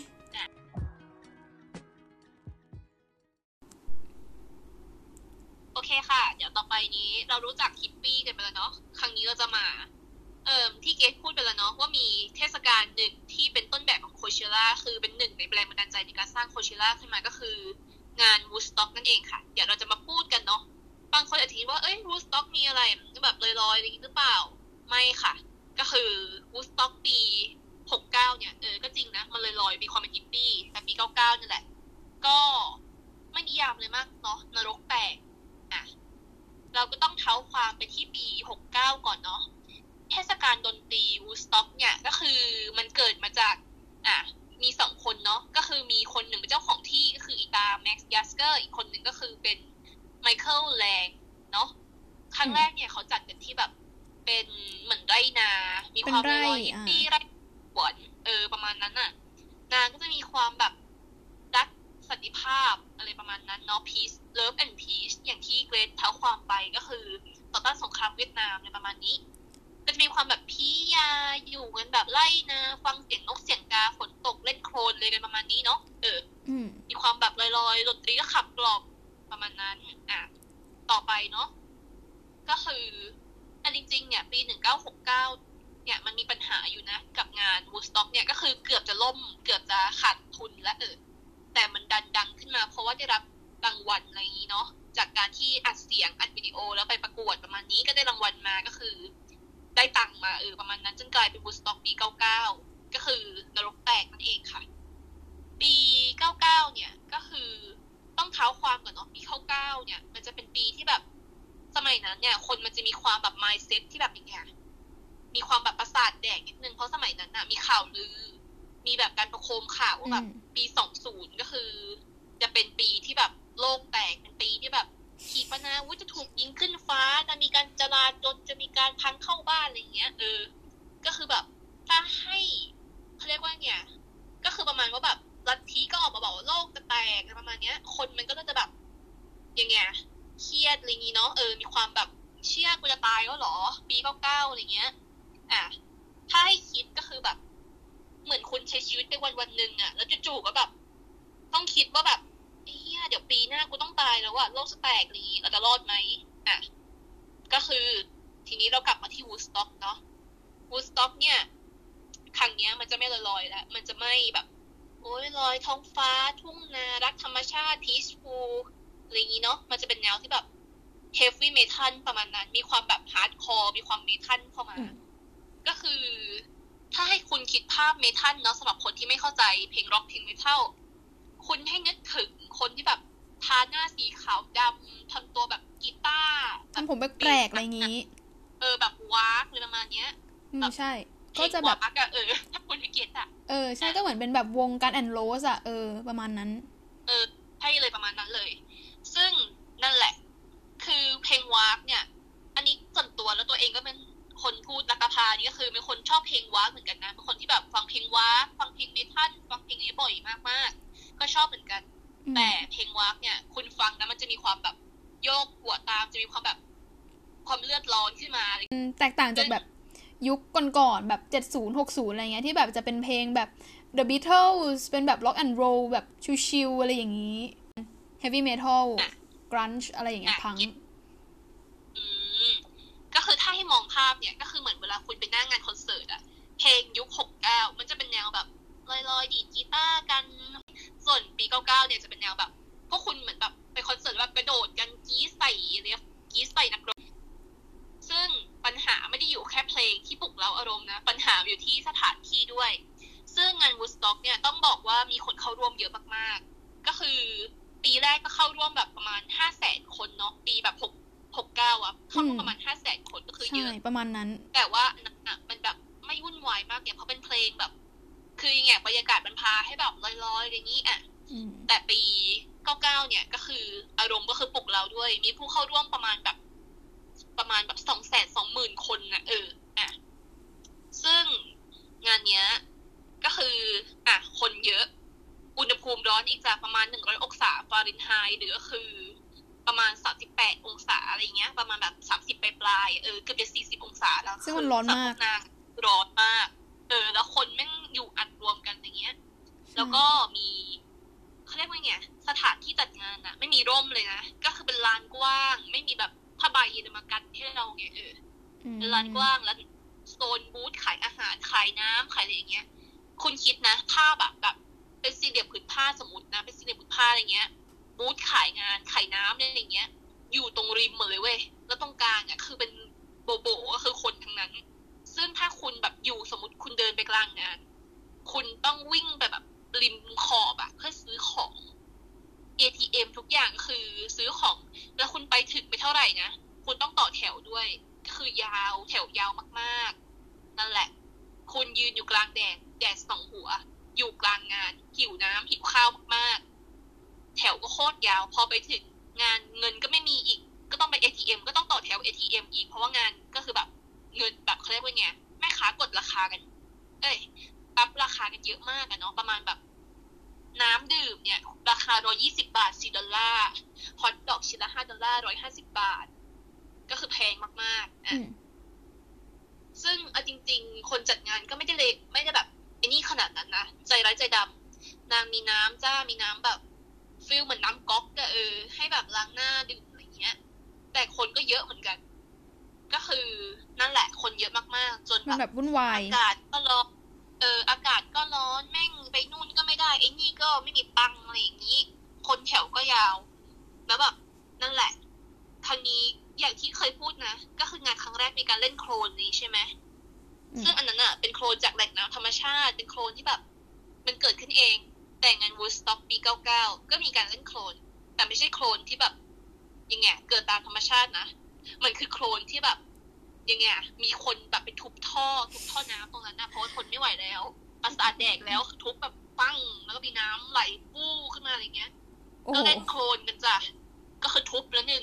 โอเคค่ะเดี๋ยวต่อไปนี้เรารู้จักฮิปปี้กันไปแล้วเนาะครั้งนี้เราจะมาที่เกตพูดไปแล้วเนาะว่ามีเทศกาลหนึ่งที่เป็นต้นแบบของโคเชล่าคือเป็นหนึ่งในแรงบันดาลใจในการสร้างโคเชล่าขึ้นมาก็คืองานวูดสต็อกนั่นเองค่ะเดี๋ยวเราจะมาพูดกันเนาะบางคนอาจจะคิดว่าวูดสต็อกมีอะไรแบบลอยๆอะไรหรือเปล่าไม่ค่ะก็คือวูดสต็อกปี69เนี่ยก็จริงนะมันลอยๆมีความเป็นฮิปปี้แต่ปี99นี่แหละก็ไม่นิยามเลยมากเนาะนรกแตกเราก็ต้องเท้าความไปที่ปี69ก่อนเนาะเทศกาลดนตรีวูดสต็อกเนี่ยก็คือมันเกิดมาจากมี2คนเนาะก็คือมีคนหนึ่งเป็นเจ้าของที่ก็คืออีตาแม็กซ์ยัสเกอร์อีกคนหนึ่งก็คือเป็นไมเคิลแลงเนาะครั้งแรกเนี่ยเขาจัดกันที่แบบเป็นเหมือนไร่นามีความลอยฮิปปี้ไร่สวนประมาณนั้นนาก็จะมีความแบบรักสันติภาพอะไรประมาณนั้นเนาะ peace love and peace อย่างที่เกรทเท้าความไปก็คือต่อต้านสงครามเวียดนามในประมาณนี้ก็จะมีความแบบพียาอยู่กันแบบไล่นะฟังเสียงนกเสียงกาฝนตกเล่นโคลนเลยกันประมาณนี้เนาะมีความแบบลอยๆดนตรีก็ขับกล่อมประมาณนั้นต่อไปเนาะก็คือจริงๆเนี่ยปี1969เนี่ยมันมีปัญหาอยู่นะกับงานวูดสต็อกเนี่ยก็คือเกือบจะล่มเกือบจะขาดทุนและแต่มันดังขึ้นมาเพราะว่าได้รับรางวัลอะไรอย่างนี้เนาะจากการที่อัดเสียงอัดวิดีโอแล้วไปประกวดประมาณนี้ก็ได้รางวัลมาก็คือได้ตังค์มาประมาณนั้นจนกลายเป็นวูดสต็อกปี99ก็คือนรกแตกนั่นเองค่ะปี99เนี่ยก็คือต้องเท้าความก่อนเนาะปี99เนี่ยมันจะเป็นปีที่แบบสมัยนั้นเนี่ยคนมันจะมีความแบบ mindset ที่แบบอย่างเงี้ยมีความแบบประสาทแดกนิดนึงเพราะสมัยนั้นมีข่าวลือมีแบบการประโคมข่าวว่าแบบปี20ก็คือจะเป็นปีที่แบบโลกแตกเป็นปีที่แบบขีปนาวุธจะถูกยิงขึ้นฟ้าจะมีการจลาจลจะมีการพังเข้าบ้านอะไรอย่างเงี้ยก็คือแบบถ้าให้เขาเรียกว่าเนี่ยอะไรเงี้ยถ้าให้คิดก็คือแบบเหมือนคุณใช้ชีวิตไปวันหนึ่งแล้วจู่ๆก็แบบต้องคิดว่าแบบเดี๋ยวปีหน้ากูต้องตายแล้วโลกจะแตกนี้เราจะรอดไหมก็คือทีนี้เรากลับมาที่วูดสต็อกเนาะวูดสต็อกเนี่ยครั้งนี้มันจะไม่ลอยๆแล้วมันจะไม่แบบโอ้ยลอยท้องฟ้าทุ่งนารักธรรมชาติพีซฟูลอะไรอย่างนี้เนาะมันจะเป็นแนวที่แบบเฮฟวี่เมทัลประมาณนั้นมีความแบบฮาร์ดคอร์มีความเมทัลเข้ามาก็คือถ้าให้คุณคิดภาพเมทัลเนาะสำหรับคนที่ไม่เข้าใจเพลงร็อกเพลงเมทัลคุณให้นึกถึงคนที่แบบทาหน้าสีขาวดำทำตัวแบบกีตาร์ทำผมแปลกๆอะไรงี้แบบวากเลยประมาณเนี้ยใช่ก็จะแบบถ้าคุณไม่เก็ตใช่ก็เหมือนเป็นแบบวงการแอนโรสประมาณนั้นใช่เลยประมาณนั้นเลยซึ่งนั่นแหละคือเพลงวากเนี่ยอันนี้ส่วนตัวแล้วตัวเองก็เป็นคนพูดรักพานี่ก็คือเป็นคนชอบเพลงวากเหมือนกันนะเป็นคนที่แบบฟังเพลงวากฟังเพลงเมทัลฟังเพลงนี้บ่อยมากๆก็ชอบเหมือนกันแต่เพลงวากเนี่ยคุณฟังนะมันจะมีความแบบโยกหัวตามจะมีความแบบความเลือดร้อนขึ้นมาแตกต่างจากแบบยุคก่อนๆแบบ70 60อะไรเงี้ยที่แบบจะเป็นเพลงแบบ The Beatles เป็นแบบ Rock and Roll แบบชิลๆอะไรอย่างนี้ Heavy Metal Grunge อะไรอย่างเงี้ยพังก็คือถ้าให้มองภาพเนี่ยก็คือเหมือนเวลาคุณไปนั่งงานคอนเสิร์ตเพลงยุค69มันจะเป็นแนวแบบลอยๆดีดกีตาร์กันส่วนปี99เนี่ยจะเป็นแนวแบบพวกคุณเหมือนแบบไปคอนเสิร์ตแบบกระโดดกันกรี๊ดใส่เนี่ยกรี๊ดใส่นักร้องซึ่งปัญหาไม่ได้อยู่แค่เพลงที่ปลุกเร้าอารมณ์นะปัญหาอยู่ที่สถานที่ด้วยซึ่งงานวูดสต็อกเนี่ยต้องบอกว่ามีคนเข้าร่วมเยอะมากๆก็คือปีแรกก็เข้าร่วมแบบประมาณ 500,000 คนเนาะปีแบบ69เข้าร่วมประมาณ 500,000 คนก็คือเยอะประมาณนั้นแต่ว่ามันแบบไม่วุ่นวายมากเนี่ยเพราะเป็นเพลงแบบคืออย่างเงี้ยบรรยากาศมันพาให้แบบลอยๆอย่างนี้แต่ปี99เนี่ยก็คืออารมณ์ก็คือปลุกเราด้วยมีผู้เข้าร่วมประมาณแบบ 220,000 คนซึ่งงานเนี้ยก็คือคนเยอะอุณหภูมิร้อนอีกจากประมาณ100 องศาฟาเรนไฮต์หรือก็คือประมาณ38 องศาอะไรเงี้ยประมาณแบบ30ปลายเกือบจะ40 องศาแล้วซึ่งมันร้อนมากร้อนมากแล้วคนแม่งอยู่อัดรวมกันอย่างเงี้ยแล้วก็มีเขาเรียกว่าไงสถานที่จัดงานไม่มีร่มเลยนะก็คือเป็นลานกว้างไม่มีแบบผ้าใบมากันให้เราไงเป็นลานกว้างแล้วโซนบูธขายอาหารขายน้ำขายอะไรอย่างเงี้ยคุณคิดนะภาพแบบเป็นสี่เหลี่ยมผืนผ้าสมมตินะเป็นสี่เหลี่ยมผืนผ้าอะไรเงี้ยบูธขายงานขายน้ำอะไรอย่างเงี้ยอยู่ตรงริมหมดเลยเว้ยแล้วตรงกลางคือเป็นโบก็คือคนทั้งนั้นซึ่งถ้าคุณแบบอยู่สมมติคุณเดินไปกลางงานคุณต้องวิ่งไปแบบริมขอบเพื่อซื้อของ ATM ทุกอย่างคือซื้อของแล้วคุณไปถึงไปเท่าไหร่นะคุณต้องต่อแถวด้วยก็คือยาวแถวยาวมากๆนั่นแหละคุณยืนอยู่กลางแดดส่องหัวอยู่กลางงานหิวน้ำหิวข้าวมากๆแถวก็โคตรยาวพอไปถึงงานเงินก็ไม่มีอีกก็ต้องไป ATM ก็ต้องต่อแถว ATM อีกเพราะว่างานก็คือแบบเงินแบบเขาเรียกว่าไงแม่ค้ากดราคากันปรับราคากันเยอะมากเนาะประมาณแบบน้ำดื่มเนี่ยราคา$120 $4ฮอทดอกชิ้นละ$5 $150ก็คือแพงมากๆซึ่งจริงๆคนจัดงานก็ไม่ได้แบบไอ้นี่ขนาดนั้นนะใจร้ายใจดำนางมีน้ำมีน้ำแบบฟิลเหมือนน้ำก๊อกให้แบบล้างหน้าดื่มอะไรเงี้ยแต่คนก็เยอะเหมือนกันก็คือนั่นแหละคนเยอะมากๆจนแบบวุ่นวายอากาศก็ร้อนอากาศก็ร้อนแม่งไปนู่นก็ไม่ได้ไอ้นี่ก็ไม่มีตังอะไรอย่างนี้คนแถวก็ยาวแล้วแบบนั่นแหละครั้งนี้อย่างที่เคยพูดนะก็คืองานครั้งแรกมีการเล่นโคลนนี้ใช่ไหมซึ่งอันนั้นเป็นโคลนจากแหล่งน้ำธรรมชาติเป็นโคลนที่แบบมันเกิดขึ้นเองแต่งาน Woodstock ปี99ก็มีการเล่นโคลนแต่ไม่ใช่โคลนที่แบบยังไงเกิดตามธรรมชาตินะมันคือโคลนที่แบบยังไงมีคนแบบไปทุบท่อน้ำตรงนั้นนะเพราะว่าทนไม่ไหวแล้วประสาทแดกแล้วทุบแบบปั้งแล้วก็มีน้ำไหลปู้ขึ้นมาอะไรเงี้ยก็เล่นโคลนกันจ้ะก็คือทุบแล้วหนึ่ง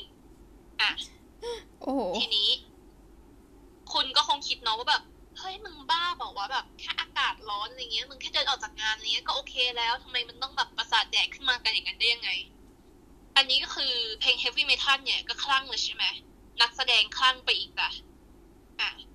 ทีนี้คุณก็คงคิดเนาะว่าแบบเฮ้ยมึงบ้าบอกว่าแบบแค่อากาศร้อนอะไรเงี้ยมึงแค่เดินออกจากงานอะไรเงี้ยก็โอเคแล้วทำไมมันต้องแบบประสาทแดกขึ้นมากันอย่างนั้นได้ยังไงอันนี้ก็คือเพลง Heavy Metal เนี่ยก็คลั่งเลยใช่ไหมนักแสดงคลั่งไปอีก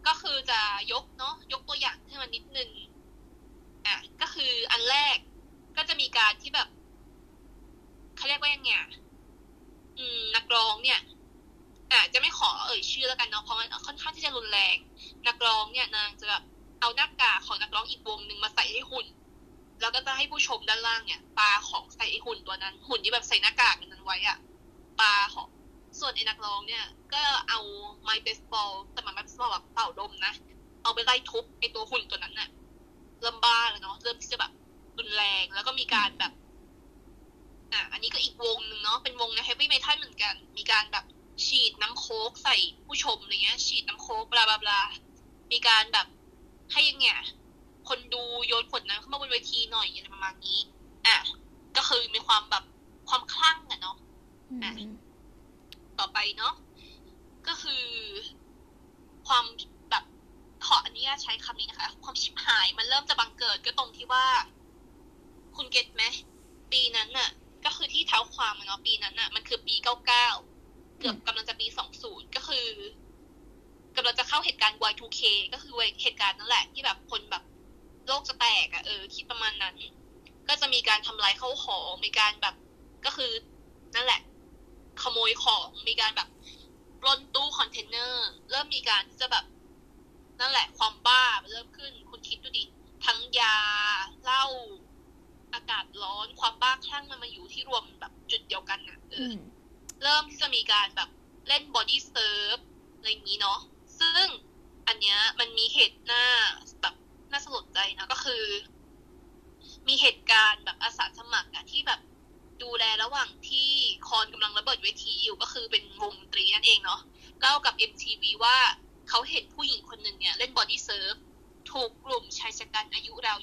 ก็คือจะยกตัวอย่างขึ้นมานิดนึงก็คืออันแรกก็จะมีการที่แบบเขาเรียกว่ายังไงนักร้องเนี่ยจะไม่ขอเอ่ยชื่อแล้วกันเนาะเพราะมันค่อนข้างที่จะรุนแรงนักร้องเนี่ยนางจะแบบเอาหน้ากากของนักร้องอีกวงหนึ่งมาใส่ให้หุ่นแล้วก็จะให้ผู้ชมด้านล่างเนี่ยปาของใส่หุ่นตัวนั้นหุ่นที่แบบใส่หน้ากากนั้นไว้ปาของส่วนไอ้นักร้องเนี่ยก็เอาไม้เบสบอลแต่ไม้เบสบอลแบบเป่าลมนะเอาไปไล่ทุบไอ้ตัวหุ่นตัวนั้นน่ะเริ่มบ้าแล้วเนาะเริ่มที่จะแบบรุนแรงแล้วก็มีการแบบอันนี้ก็อีกวงนึงเนาะเป็นวงในเฮฟวี่เมทัลเหมือนกันมีการแบบฉีดน้ำโค้กใส่ผู้ชมอะไรเงี้ยฉีดน้ำโค้กบลาบลาบลามีการแบบให้ยังไงคนดูโยนขวดน้ำเข้ามาบนเวทีหน่อยอะไรประมาณนี้ก็คือมีความแบบความคลั่งเนาะต่อไปเนาะก็คือความแบบขออนุญาตใช้คำนี้นะคะความชิบหายมันเริ่มจะบังเกิดก็ตรงที่ว่าคุณเก็ตไหมปีนั้นน่ะก็คือที่เท้าความเนาะปีนั้นน่ะมันคือปี99เกือบกำลังจะปี20ก็คือกำลังจะเข้าเหตุการณ์ Y2K ก็คือเหตุการณ์นั่นแหละที่แบบคนแบบโลกจะแตกคิดประมาณนั้นก็จะมีการทำลายข้าวของมีการแบบก็คือนั่นแหละขโมยของมีการแบบปล้นตู้คอนเทนเนอร์เริ่มมีการที่จะแบบนั่นแหละความบ้าเริ่มขึ้นคุณคิดดูดิทั้งยาเหล้าอากาศร้อนความบ้าคลั่งมันมาอยู่ที่รวมแบบจุดเดียวกันน่ะเริ่มที่จะมีการแบบเล่นบอดี้เซิร์ฟอะไรอย่างนี้เนาะซึ่งอันเนี้ยมันมีเหตุน่าสลดใจนะก็คือมีเหตุการณ์แบบอาสาสมัครที่แบบดูแลระหว่างที่คอนกำลังระเบิดเวทีอยู่ก็คือเป็นวงดนตรีนั่นเองเนาะเล่ากับ MTV ว่าเขาเห็นผู้หญิงคนหนึ่งเนี่ยเล่นบอดี้เซิร์ฟถูกกลุ่มชายชะกันอายุราว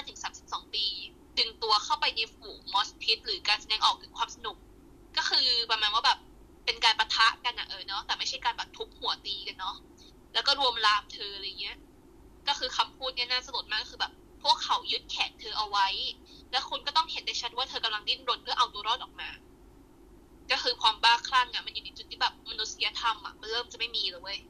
25-32 ปีดึงตัวเข้าไปในฝูงมอสพิทหรือการแสดงออกถึงความสนุกก็คือประมาณว่าแบบเป็นการปะทะกันเนาะแต่ไม่ใช่การแบบทุบหัวตีกันเนาะแล้วก็รวมลามเธออะไรเงี้ยก็คือคำพูดเนี่ยน่าสลดมากคือแบบพวกเขายึดแขนเธอเอาไว้แล้วคุณก็ต้องเห็นได้ชัดว่าเธอกำลังดิ้นรนเพื่อเอาตัวรอดออกมาก็คือความบ้าคลั่งมันอยู่ในจุดที่แบบมนุษยธรรมมันเริ่มจะไม่มีเลยเว้ย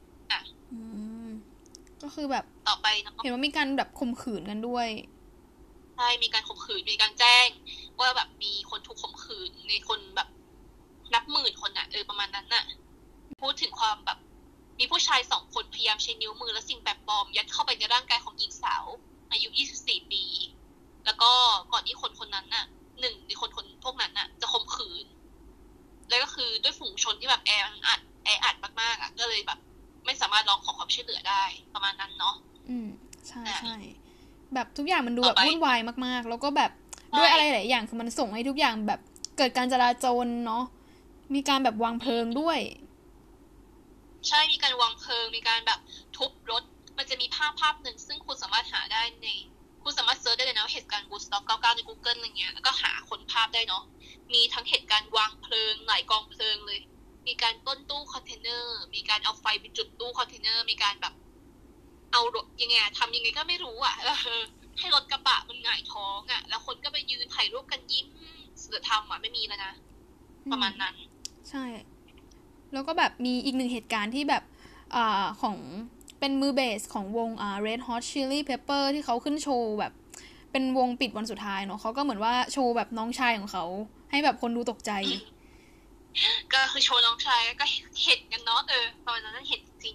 ก็คือแบบต่อไปนะเห็นว่ามีการแบบข่มขืนกันด้วยใช่มีการข่มขืนมีการแจ้งว่าแบบมีคนถูกข่มขืนในคนแบบนับหมื่นคนประมาณนั้นน่ะพูดถึงความแบบมีผู้ชาย2คนพยายามใช้นิ้วมือและสิ่งแปลกปลอมยัดเข้าไปในร่างกายของหญิงสาวอายุ24ปีแล้วก็ก่อนที่คนนั้นน่ะหนึ่งในคนพวกนั้นน่ะจะข่มขืนแล้วก็คือด้วยฝูงชนที่แบบแออัดมากๆก็เลยแบบไม่สามารถร้องขอความช่วยเหลือได้ประมาณนั้นเนาะใช่แบบทุกอย่างมันดูแบบวุ่นวายมากๆแล้วก็แบบด้วยอะไรหลายอย่างคือมันส่งให้ทุกอย่างแบบเกิดการจราจรเนาะมีการแบบวางเพลิงด้วยใช่มีการวางเพลิงมีการแบบทุบรถมันจะมีภาพหนึ่งซึ่งคุณสามารถหาได้ในคุณสามารถเซิร์ชได้เลยนะเหตุการณ์ Woodstock 99ใน Google อะไรเงี้ยแล้วก็หาคนภาพได้เนาะมีทั้งเหตุการณ์วางเพลิงหลายกองเพลิงเลยมีการต้นตู้คอนเทนเนอร์มีการเอาไฟไปจุดตู้คอนเทนเนอร์มีการแบบเอารถยังไงทำยังไงก็ไม่รู้ให้รถกระบะมันหงายท้องแล้วคนก็ไปยืนถ่ายรูปกันยิ้มศีลธรรมไม่มีแล้วนะประมาณนั้นใช่แล้วก็แบบมีอีกหนึ่งเหตุการณ์ที่แบบของเป็นมือเบสของวงRed Hot Chili Pepper ที่เขาขึ้นโชว์แบบเป็นวงปิดวันสุดท้ายเนาะเขาก็เหมือนว่าโชว์แบบน้องชายของเขาให้แบบคนดูตกใจก็คือโชว์น้องชายก็เห็นกันเนาะตอนนั้นเห็นจริง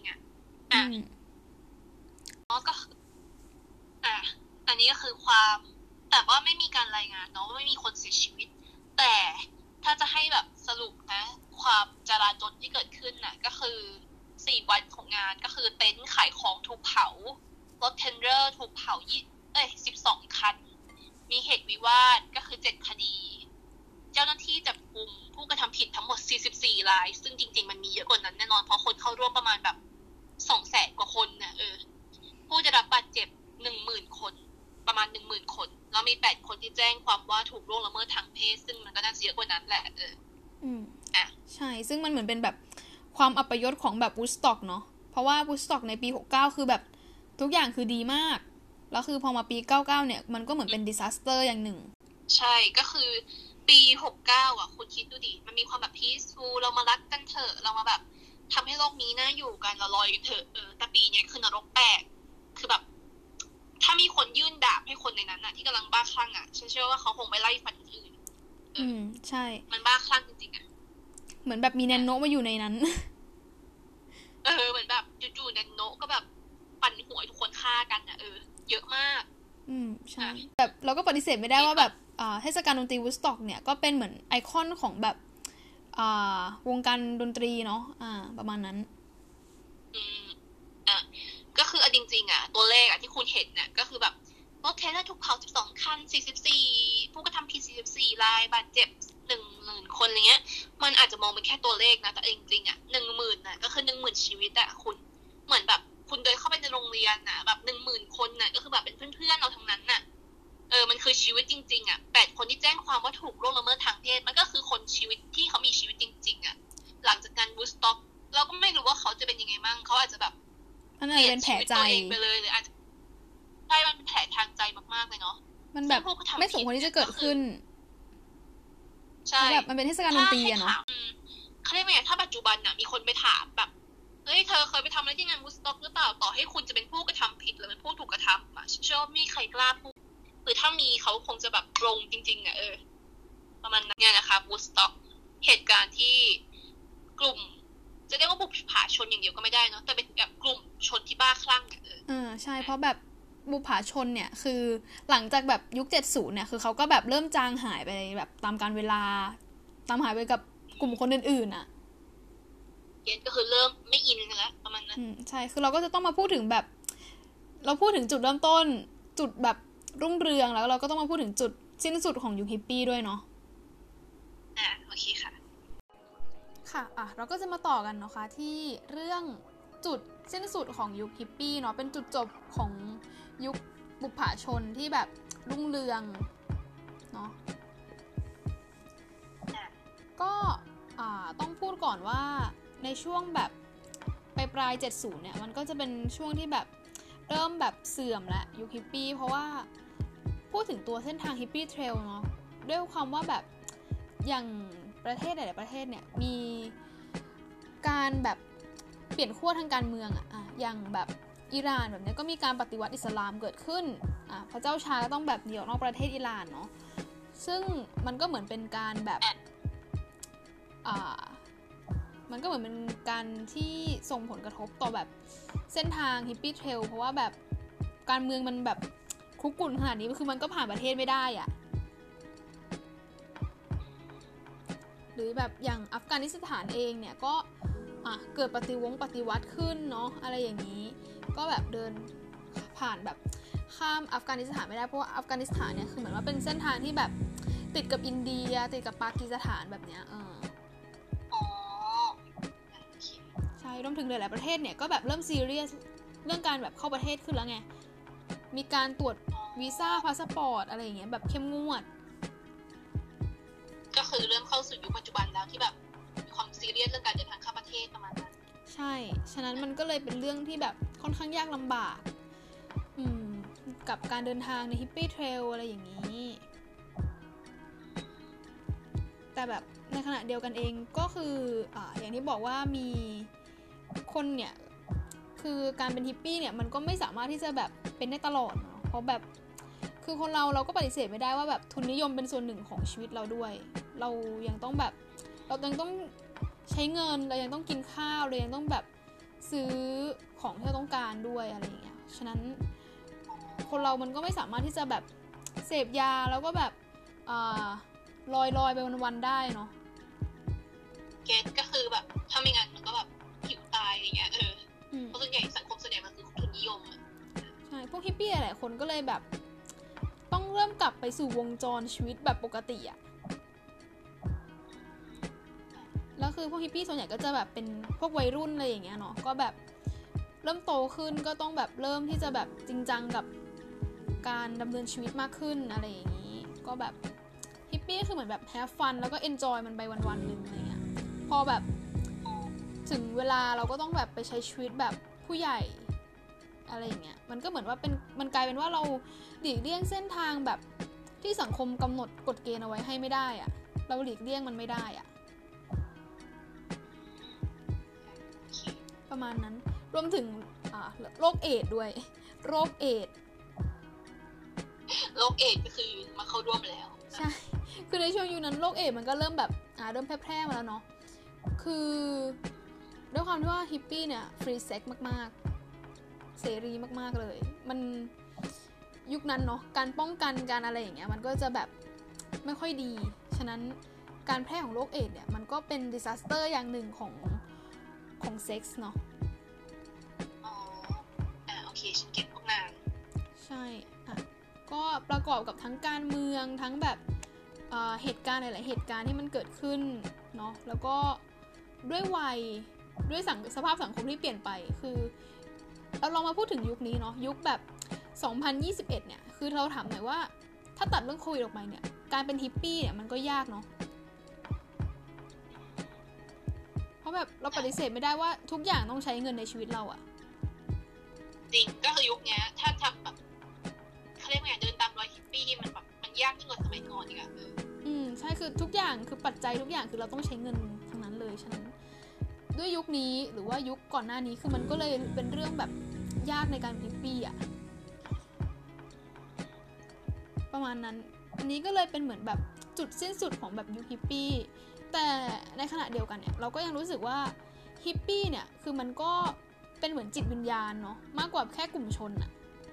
ก็อันนี้ก็คือความแต่ว่าไม่มีการรายงานเนาะว่าไม่มีคนเสียชีวิตแต่ถ้าจะให้แบบสรุปนะความจราจรที่เกิดขึ้นก็คือ4วันของงานก็คือเต็นท์ขายของถูกเผารถเทนเดอร์ถูกเผา12คันมีเหตุวิวาทก็คือ7คดีเจ้าหน้าที่จับกุมผู้กระทำผิดทั้งหมด44รายซึ่งจริงๆมันมีเยอะกว่านั้นแน่นอนเพราะคนเข้าร่วมประมาณแบบ200,000 กว่าคนผู้ได้รับบาดเจ็บ 10,000 คนประมาณ 10,000 คนแล้วมี8คนที่แจ้งความว่าถูกล่วงละเมิดทางเพศซึ่งมันก็น่าจะเยอะกว่านั้นแหละใช่ซึ่งมันเหมือนเป็นแบบความอัปยศของแบบ Woodstock เนาะเพราะว่า Woodstock ในปี69คือแบบทุกอย่างคือดีมากแล้วคือพอมาปี99เนี่ยมันก็เหมือนเป็น disaster อย่างหนึ่งใช่ก็คือปี69คุณคิดดูดิมันมีความแบบ peaceful เรามารักกันเถอะเรามาแบบทำให้โลกนี้น่าอยู่กันเราลอยกันเถอะแต่ปีเนี้ยคือนรกแตกคือแบบถ้ามีคนยื่นดาบให้คนในนั้นน่ะที่กำลังบ้าคลั่งอ่ะฉันเชื่อว่าเขาคงไม่ไล่ฟันคนอื่นใช่มันบ้าคลั่งจริงๆอ่ะเหมือนแบบมีแนนโนมาอยู่ในนั้นเหมือนแบบจู่ๆแนนโนก็แบบปั่นหัวทุกคนฆ่ากันอ่ะเยอะมากใช่แบบเราก็ปฏิเสธไม่ได้ว่าแบบเทศกาลดนตรีวูดสต็อกเนี่ยก็เป็นเหมือนไอคอนของแบบวงการดนตรีเนาะประมาณนั้นก็คือจริงๆอ่ะตัวเลขอ่ะที่คุณเห็นเนี่ยก็คือแบบรถเทสลาถูกเผา12คัน44ผู้กระทำผิด44รายบาดเจ็บ 10,000 คนอะไรเงี้ยมันอาจจะมองเป็นแค่ตัวเลขนะแต่จริงๆอ่ะ 10,000 น่ะก็คือ 10,000 ชีวิตอ่ะคุณเหมือนแบบคุณเดินเข้าไปในโรงเรียนน่ะแบบ 10,000 คนน่ะก็คือแบบเป็นเพื่อนๆเราทั้งนั้นน่ะมันคือชีวิตจริงๆอ่ะ8คนที่แจ้งความว่าถูกล่วงละเมิดทางเพศมันก็คือคนชีวิตที่เขามีชีวิตจริงๆอ่ะหลังจากการวูดสต็อกเราก็ไม่รู้ว่าเขาจะเป็นยังไงมั่งเขาอาจจะแบบมันอาจจะเป็นแผลใจไปเลยหรืออาจจะใช่มันเป็นแผลทางใจมากๆเลยเนาะมันแบบไม่สมควรที่จะเกิดขึ้นใช่แบบมันเป็นเทศกาลดนตรีอะเนาะเขาเรียกว่าไงถ้าปัจจุบันน่ะมีคนไปถามแบบเฮ้ยเธอเคยไปทำอะไรที่งานวูดสต็อกหรือเปล่าต่อให้คุณจะเป็นผู้กระทำผิดหรือเป็นผู้ถูกกระทำอะเชื่อว่ามีใครกล้าพูดหรือถ้ามีเขาคงจะแบบตรงจริงๆอะประมาณนั้นเนี่ยนะคะวูดสต็อกเหตุการณ์ที่กลุ่มจะเรียกว่าบุปผาชนอย่างเดียวก็ไม่ได้เนาะแต่เป็นแบบกลุ่มชนที่บ้าคลั่งใช่เพราะแบบบุปผาชนเนี่ยคือหลังจากแบบยุค70เนี่ยคือเขาก็แบบเริ่มจางหายไปแบบตามกาลเวลาตามหายไปกับกลุ่มคนอื่นๆอ่ะก็คือเริ่มไม่อินกันแล้วประมาณนั้นใช่คือเราก็จะต้องมาพูดถึงแบบเราพูดถึงจุดเริ่มต้นจุดแบบรุ่งเรืองแล้วเราก็ต้องมาพูดถึงจุดสิ้นสุดของยุคฮิปปี้ด้วยเนาะโอเคค่ะเราก็จะมาต่อกันนะคะที่เรื่องจุดสิ้นสุดของยุคฮิปปี้เนาะเป็นจุดจบของยุคบุปผาชนที่แบบรุ่งเรืองเนาะก็ต้องพูดก่อนว่าในช่วงแบบปลาย70เนี่ยมันก็จะเป็นช่วงที่แบบเริ่มแบบเสื่อมและยุคฮิปปี้เพราะว่าพูดถึงตัวเส้นทางฮิปปี้เทรลเนาะด้วยความว่าแบบอย่างประเทศหลายๆประเทศเนี่ยมีการแบบเปลี่ยนขั้วทางการเมืองอย่างแบบอิหร่านแบบนี้ก็มีการปฏิวัติอิสลามเกิดขึ้นพระเจ้าชาก็ต้องแบบหนีออกนอกประเทศอิหร่านเนาะซึ่งมันก็เหมือนเป็นการแบบมันก็เหมือนเป็นการที่ส่งผลกระทบต่อแบบเส้นทางฮิปปี้เทรลเพราะว่าแบบการเมืองมันแบบคุกรุ่นขนาดนี้คือมันก็ผ่านประเทศไม่ได้อะหรือแบบอย่างอัฟกานิสถานเองเนี่ยก็เกิดปฏิวัติขึ้นเนาะอะไรอย่างนี้ก็แบบเดินผ่านแบบข้ามอัฟกานิสถานไม่ได้เพราะว่าอัฟกานิสถานเนี่ยคือเหมือนว่าเป็นเส้นทางที่แบบติดกับอินเดียติดกับปากีสถานแบบเนี้ยใช่รวมถึงหลายๆประเทศเนี่ยก็แบบเริ่มซีเรียสเรื่องการแบบเข้าประเทศขึ้นแล้วไงมีการตรวจวีซ่าพาสปอร์ตอะไรอย่างเงี้ยแบบเข้มงวดก็คือเริ่มเข้าสู่ยุคปัจจุบันแล้วที่แบบมีความซีเรียสเรื่องการเดินทางข้ามประเทศประมาณนั้นใช่ฉะนั้นมันก็เลยเป็นเรื่องที่แบบค่อนข้างยากลำบากกับการเดินทางในฮิปปี้เทรลอะไรอย่างนี้แต่แบบในขณะเดียวกันเองก็คืออย่างที่บอกว่ามีคนเนี่ยคือการเป็นฮิปปี้เนี่ยมันก็ไม่สามารถที่จะแบบเป็นได้ตลอดเนาะเพราะแบบคือคนเราก็ปฏิเสธไม่ได้ว่าแบบทุนนิยมเป็นส่วนหนึ่งของชีวิตเราด้วยเรายังต้องแบบเรายังต้องใช้เงินเรายังต้องกินข้าวเรายังต้องแบบซื้อของที่เราต้องการด้วยอะไรอย่างเงี้ยฉะนั้นคนเรามันก็ไม่สามารถที่จะแบบเสพยาแล้วก็แบบลอยไปวันๆได้เนาะเกตก็คือแบบถ้าไม่งั้นมันก็แบบหิวตายอย่างเงี้ยเพราะส่วนใหญ่สังคมส่วนใหญ่มันคือทุนนิยมใช่พวกฮิปปี้หลายคนก็เลยแบบต้องเริ่มกลับไปสู่วงจรชีวิตแบบปกติแล้วคือพวกฮิปปี้ส่วนใหญ่ก็จะแบบเป็นพวกวัยรุ่นอะไรอย่างเงี้ยเนาะก็แบบเริ่มโตขึ้นก็ต้องแบบเริ่มที่จะแบบจริงจังกับการดำเนินชีวิตมากขึ้นอะไรอย่างนี้ก็แบบฮิปปี้คือเหมือนแบบแฮปฟันแล้วก็เอนจอยมันไปวันๆนึงอะไรเงี้ยพอแบบถึงเวลาเราก็ต้องแบบไปใช้ชีวิตแบบผู้ใหญ่อะไรอย่างเงี้ยมันก็เหมือนว่ามันกลายเป็นว่าเราหลีกเลี่ยงเส้นทางแบบที่สังคมกำหนดกฎเกณฑ์เอาไว้ให้ไม่ได้เราหลีกเลี่ยงมันไม่ได้ประมาณนั้นรวมถึงโรคเอดส์ด้วยโรคเอดส์ก็คือมาเข้าร่วมแล้วใช่คือในช่วงยุคนั้นโรคเอดส์มันก็เริ่มแบบเริ่มแพร่มาแล้วเนาะคือด้วยความที่ว่าฮิปปี้เนี่ยฟรีเซ็กมากๆเสรีมากๆเลยมันยุคนั้นเนาะการป้องกันการอะไรอย่างเงี้ยมันก็จะแบบไม่ค่อยดีฉะนั้นการแพร่ของโรคเอดส์เนี่ยมันก็เป็นดิซาสเตอร์อย่างหนึ่งของเซ็กส์เนาะโอเคฉันเก็ตพวกนางใช่ก็ประกอบกับทั้งการเมืองทั้งแบบเหตุการณ์หลายๆเหตุการณ์ที่มันเกิดขึ้นเนาะแล้วก็ด้วยวัยด้วยสภาพสังคมที่เปลี่ยนไปคือเราลองมาพูดถึงยุคนี้เนาะยุคแบบ2021เนี่ยคือเราถามหน่อยว่าถ้าตัดเรื่องโควิดออกไปเนี่ยการเป็นฮิปปี้เนี่ยมันก็ยากเนาะเพราะแบบเราปฏิเสธไม่ได้ว่าทุกอย่างต้องใช้เงินในชีวิตเราอะจริงก็คือยุคนี้ถ้าทำแบบเขาเรียกว่าไงเดินตามรอยฮิปปี้มันแบบมันยากยิ่งกว่าสมัยก่อนอีกอะใช่คือทุกอย่างคือปัจจัยทุกอย่างคือเราต้องใช้เงินทั้งนั้นเลยฉะนั้นด้วยยุคนี้หรือว่ายุคก่อนหน้านี้คือมันก็เลยเป็นเรื่องแบบยากในการฮิปปี้อะประมาณนั้นอันนี้ก็เลยเป็นเหมือนแบบจุดสิ้นสุดของแบบยุคฮิปปี้แต่ในขณะเดียวกันเนี่ยเราก็ยังรู้สึกว่าฮิปปี้เนี่ยคือมันก็เป็นเหมือนจิตวิญญาณเนาะมากกว่าแค่กลุ่มชนอะ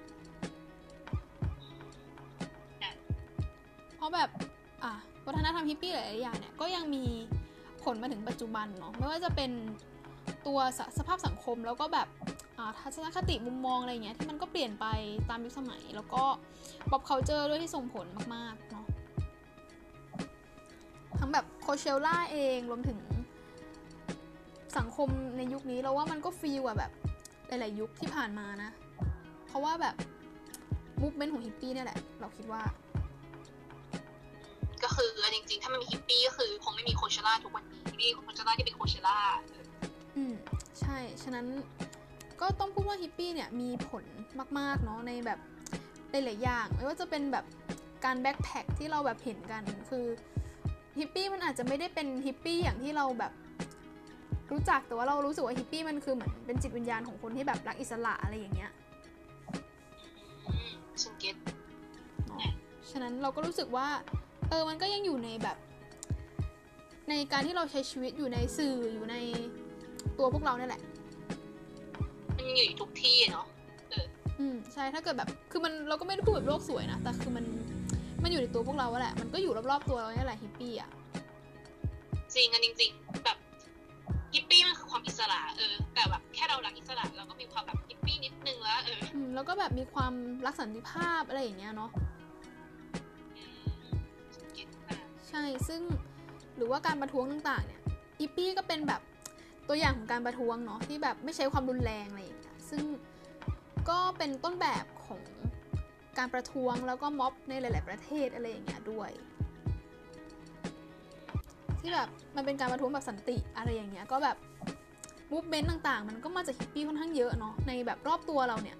เพราะแบบวัฒนธรรมฮิปปี้หลายๆอย่างเนี่ยก็ยังมีผลมาถึงปัจจุบันเนาะไม่ว่าจะเป็นตัวสภาพสังคมแล้วก็แบบทัศนคติมุมมองอะไรเงี้ยที่มันก็เปลี่ยนไปตามยุคสมัยแล้วก็ pop culture ด้วยที่ส่งผลมากๆเนาะทั้งแบบโคเชลล่าเองรวมถึงสังคมในยุคนี้เราว่ามันก็ฟีลกว่าแบบหลายๆยุคที่ผ่านมานะเพราะว่าแบบมูฟเมนต์ของฮิปปี้เนี่ยแหละเราคิดว่าก็คือจริงๆถ้ามันมีฮิปปี้ก็คือคงไม่มีโคเชล่าทุกวันนี้ที่โคเชล่าที่เป็นโคเชล่าใช่ฉะนั้นก็ต้องพูดว่าฮิปปี้เนี่ยมีผลมากๆเนาะในแบบหลายๆอย่างไม่ว่าจะเป็นแบบการแบ็คแพ็คที่เราแบบเห็นกันคือฮิปปี้มันอาจจะไม่ได้เป็นฮิปปี้อย่างที่เราแบบรู้จักแต่ว่าเรารู้สึกว่าฮิปปี้มันคือเหมือนเป็นจิตวิญญาณของคนที่แบบรักอิสระอะไรอย่างเงี้ยฉันเก็ตฉะนั้นเราก็รู้สึกว่ามันก็ยังอยู่ในแบบในการที่เราใช้ชีวิตอยู่ในสื่ออยู่ในตัวพวกเราเนี่ยแหละมันอยู่ทุกที่เนาะใช่ถ้าเกิดแบบคือมันเราก็ไม่ได้พูดแบบโลกสวยนะแต่คือมันอยู่ในตัวพวกเราแหละมันก็อยู่รอบๆตัวเราเนี่ยแหละฮิปปี้อ่ะจริงจริงแบบฮิปปี้มันคือความอิสระแต่แบบแค่เรารักอิสระเราก็มีความแบบฮิปปี้นิดนึงแล้วแล้วก็แบบมีความรักสันติภาพอะไรอย่างเงี้ยเนาะใช่ซึ่งหรือว่าการประท้วงต่างๆเนี่ยฮิปปี้ก็เป็นแบบตัวอย่างของการประท้วงเนาะที่แบบไม่ใช้ความรุนแรงอะไรอย่างเงี้ยซึ่งก็เป็นต้นแบบของการประท้วงแล้วก็ม็อบในหลายๆประเทศอะไรอย่างเงี้ยด้วยที่แบบมันเป็นการประท้วงแบบสันติอะไรอย่างเงี้ยก็แบบมูฟเมนต์ต่างๆมันก็มาจากฮิปปี้ค่อนข้างเยอะเนาะในแบบรอบตัวเราเนี่ย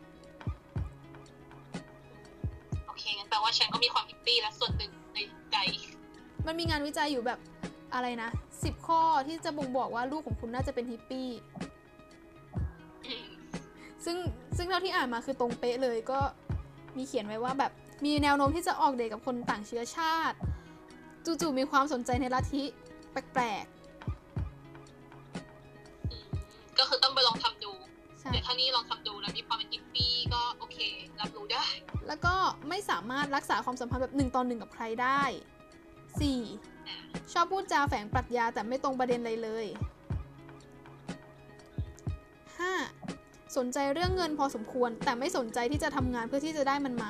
โอเคงั้นแปลว่าฉันก็มีความฮิปปี้และส่วนหนึ่งในใจมันมีงานวิจัยอยู่แบบอะไรนะ10 ข้อที่จะบ่งบอกว่าลูกของคุณน่าจะเป็นฮิปปี้ซึ่งเท่าที่อ่านมาคือตรงเป๊ะเลยก็มีเขียนไว้ว่าแบบมีแนวโน้มที่จะออกเดทกับคนต่างเชื้อชาติจู่ๆมีความสนใจในลัทธิแปลกๆก็คือต้องไปลองทำดูแต่ถ้านี่ลองทำดูแล้วมีความเป็นฮิปปี้ก็โอเครับรู้ได้แล้วก็ไม่สามารถรักษาความสัมพันธ์แบบ1 ต่อ 1กับใครได้ 4. ชอบพูดจาแฝงปรัชญาแต่ไม่ตรงประเด็นเลย 5. สนใจเรื่องเงินพอสมควรแต่ไม่สนใจที่จะทำงานเพื่อที่จะได้มันมา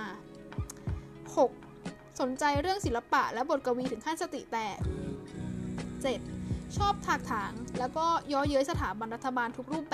6. สนใจเรื่องศิลปะและบทกวีถึงขั้นสติแตก 7. ชอบถากถางแล้วก็ย้อเย้ยสถาบันรัฐบาลทุกรูปแบบ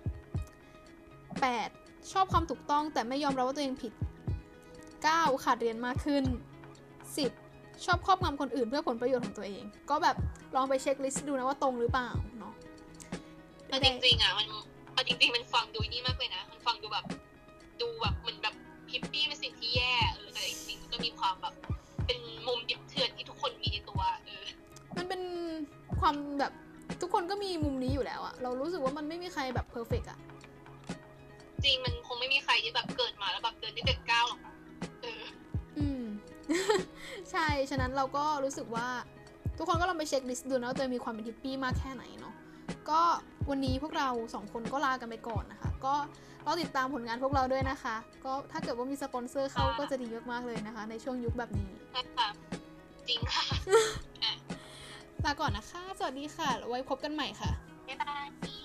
8. ชอบความถูกต้องแต่ไม่ยอมรับว่าตัวเองผิด 9. ขาดเรียนมากขึ้น 10. ชอบครอบงำคนอื่นเพื่อผลประโยชน์ของตัวเองก็แบบลองไปเช็คลิสต์ดูนะว่าตรงหรือเปล่าเนาะแต่จริงๆอ่ะมันจริงๆมันฟังดูนี่มากเลยนะมันฟังดูแบบเหมือนแบบฮิปปี้เป็นสิ่งที่แย่แต่จริงๆมันก็มีความแบบเป็นมุมดิบเถื่อนที่ทุกคนมีในตัวมันเป็นความแบบทุกคนก็มีมุมนี้อยู่แล้วอะเรารู้สึกว่ามันไม่มีใครแบบเพอร์เฟกต์อะจริงมันคงไม่มีใครที่แบบเกิดมาแล้วแบบเดินได้เป็นก้าวหรอกอืม ใช่ฉะนั้นเราก็รู้สึกว่าทุกคนก็ลองไปเช็คลิสต์ดูนะว่าตัวเองมีความเป็นฮิปปี้มากแค่ไหนเนาะก็วันนี้พวกเรา2คนก็ลากันไปก่อนนะคะก็รอติดตามผลงานพวกเราด้วยนะคะก็ถ้าเกิดว่ามีสปอนเซอร์เข้าก็จะดีมากๆเลยนะคะในช่วงยุคแบบนี้ใช่ค่ะจริงค่ะลาก่อนนะคะสวัสดีค่ะไว้พบกันใหม่ค่ะบ๊ายบาย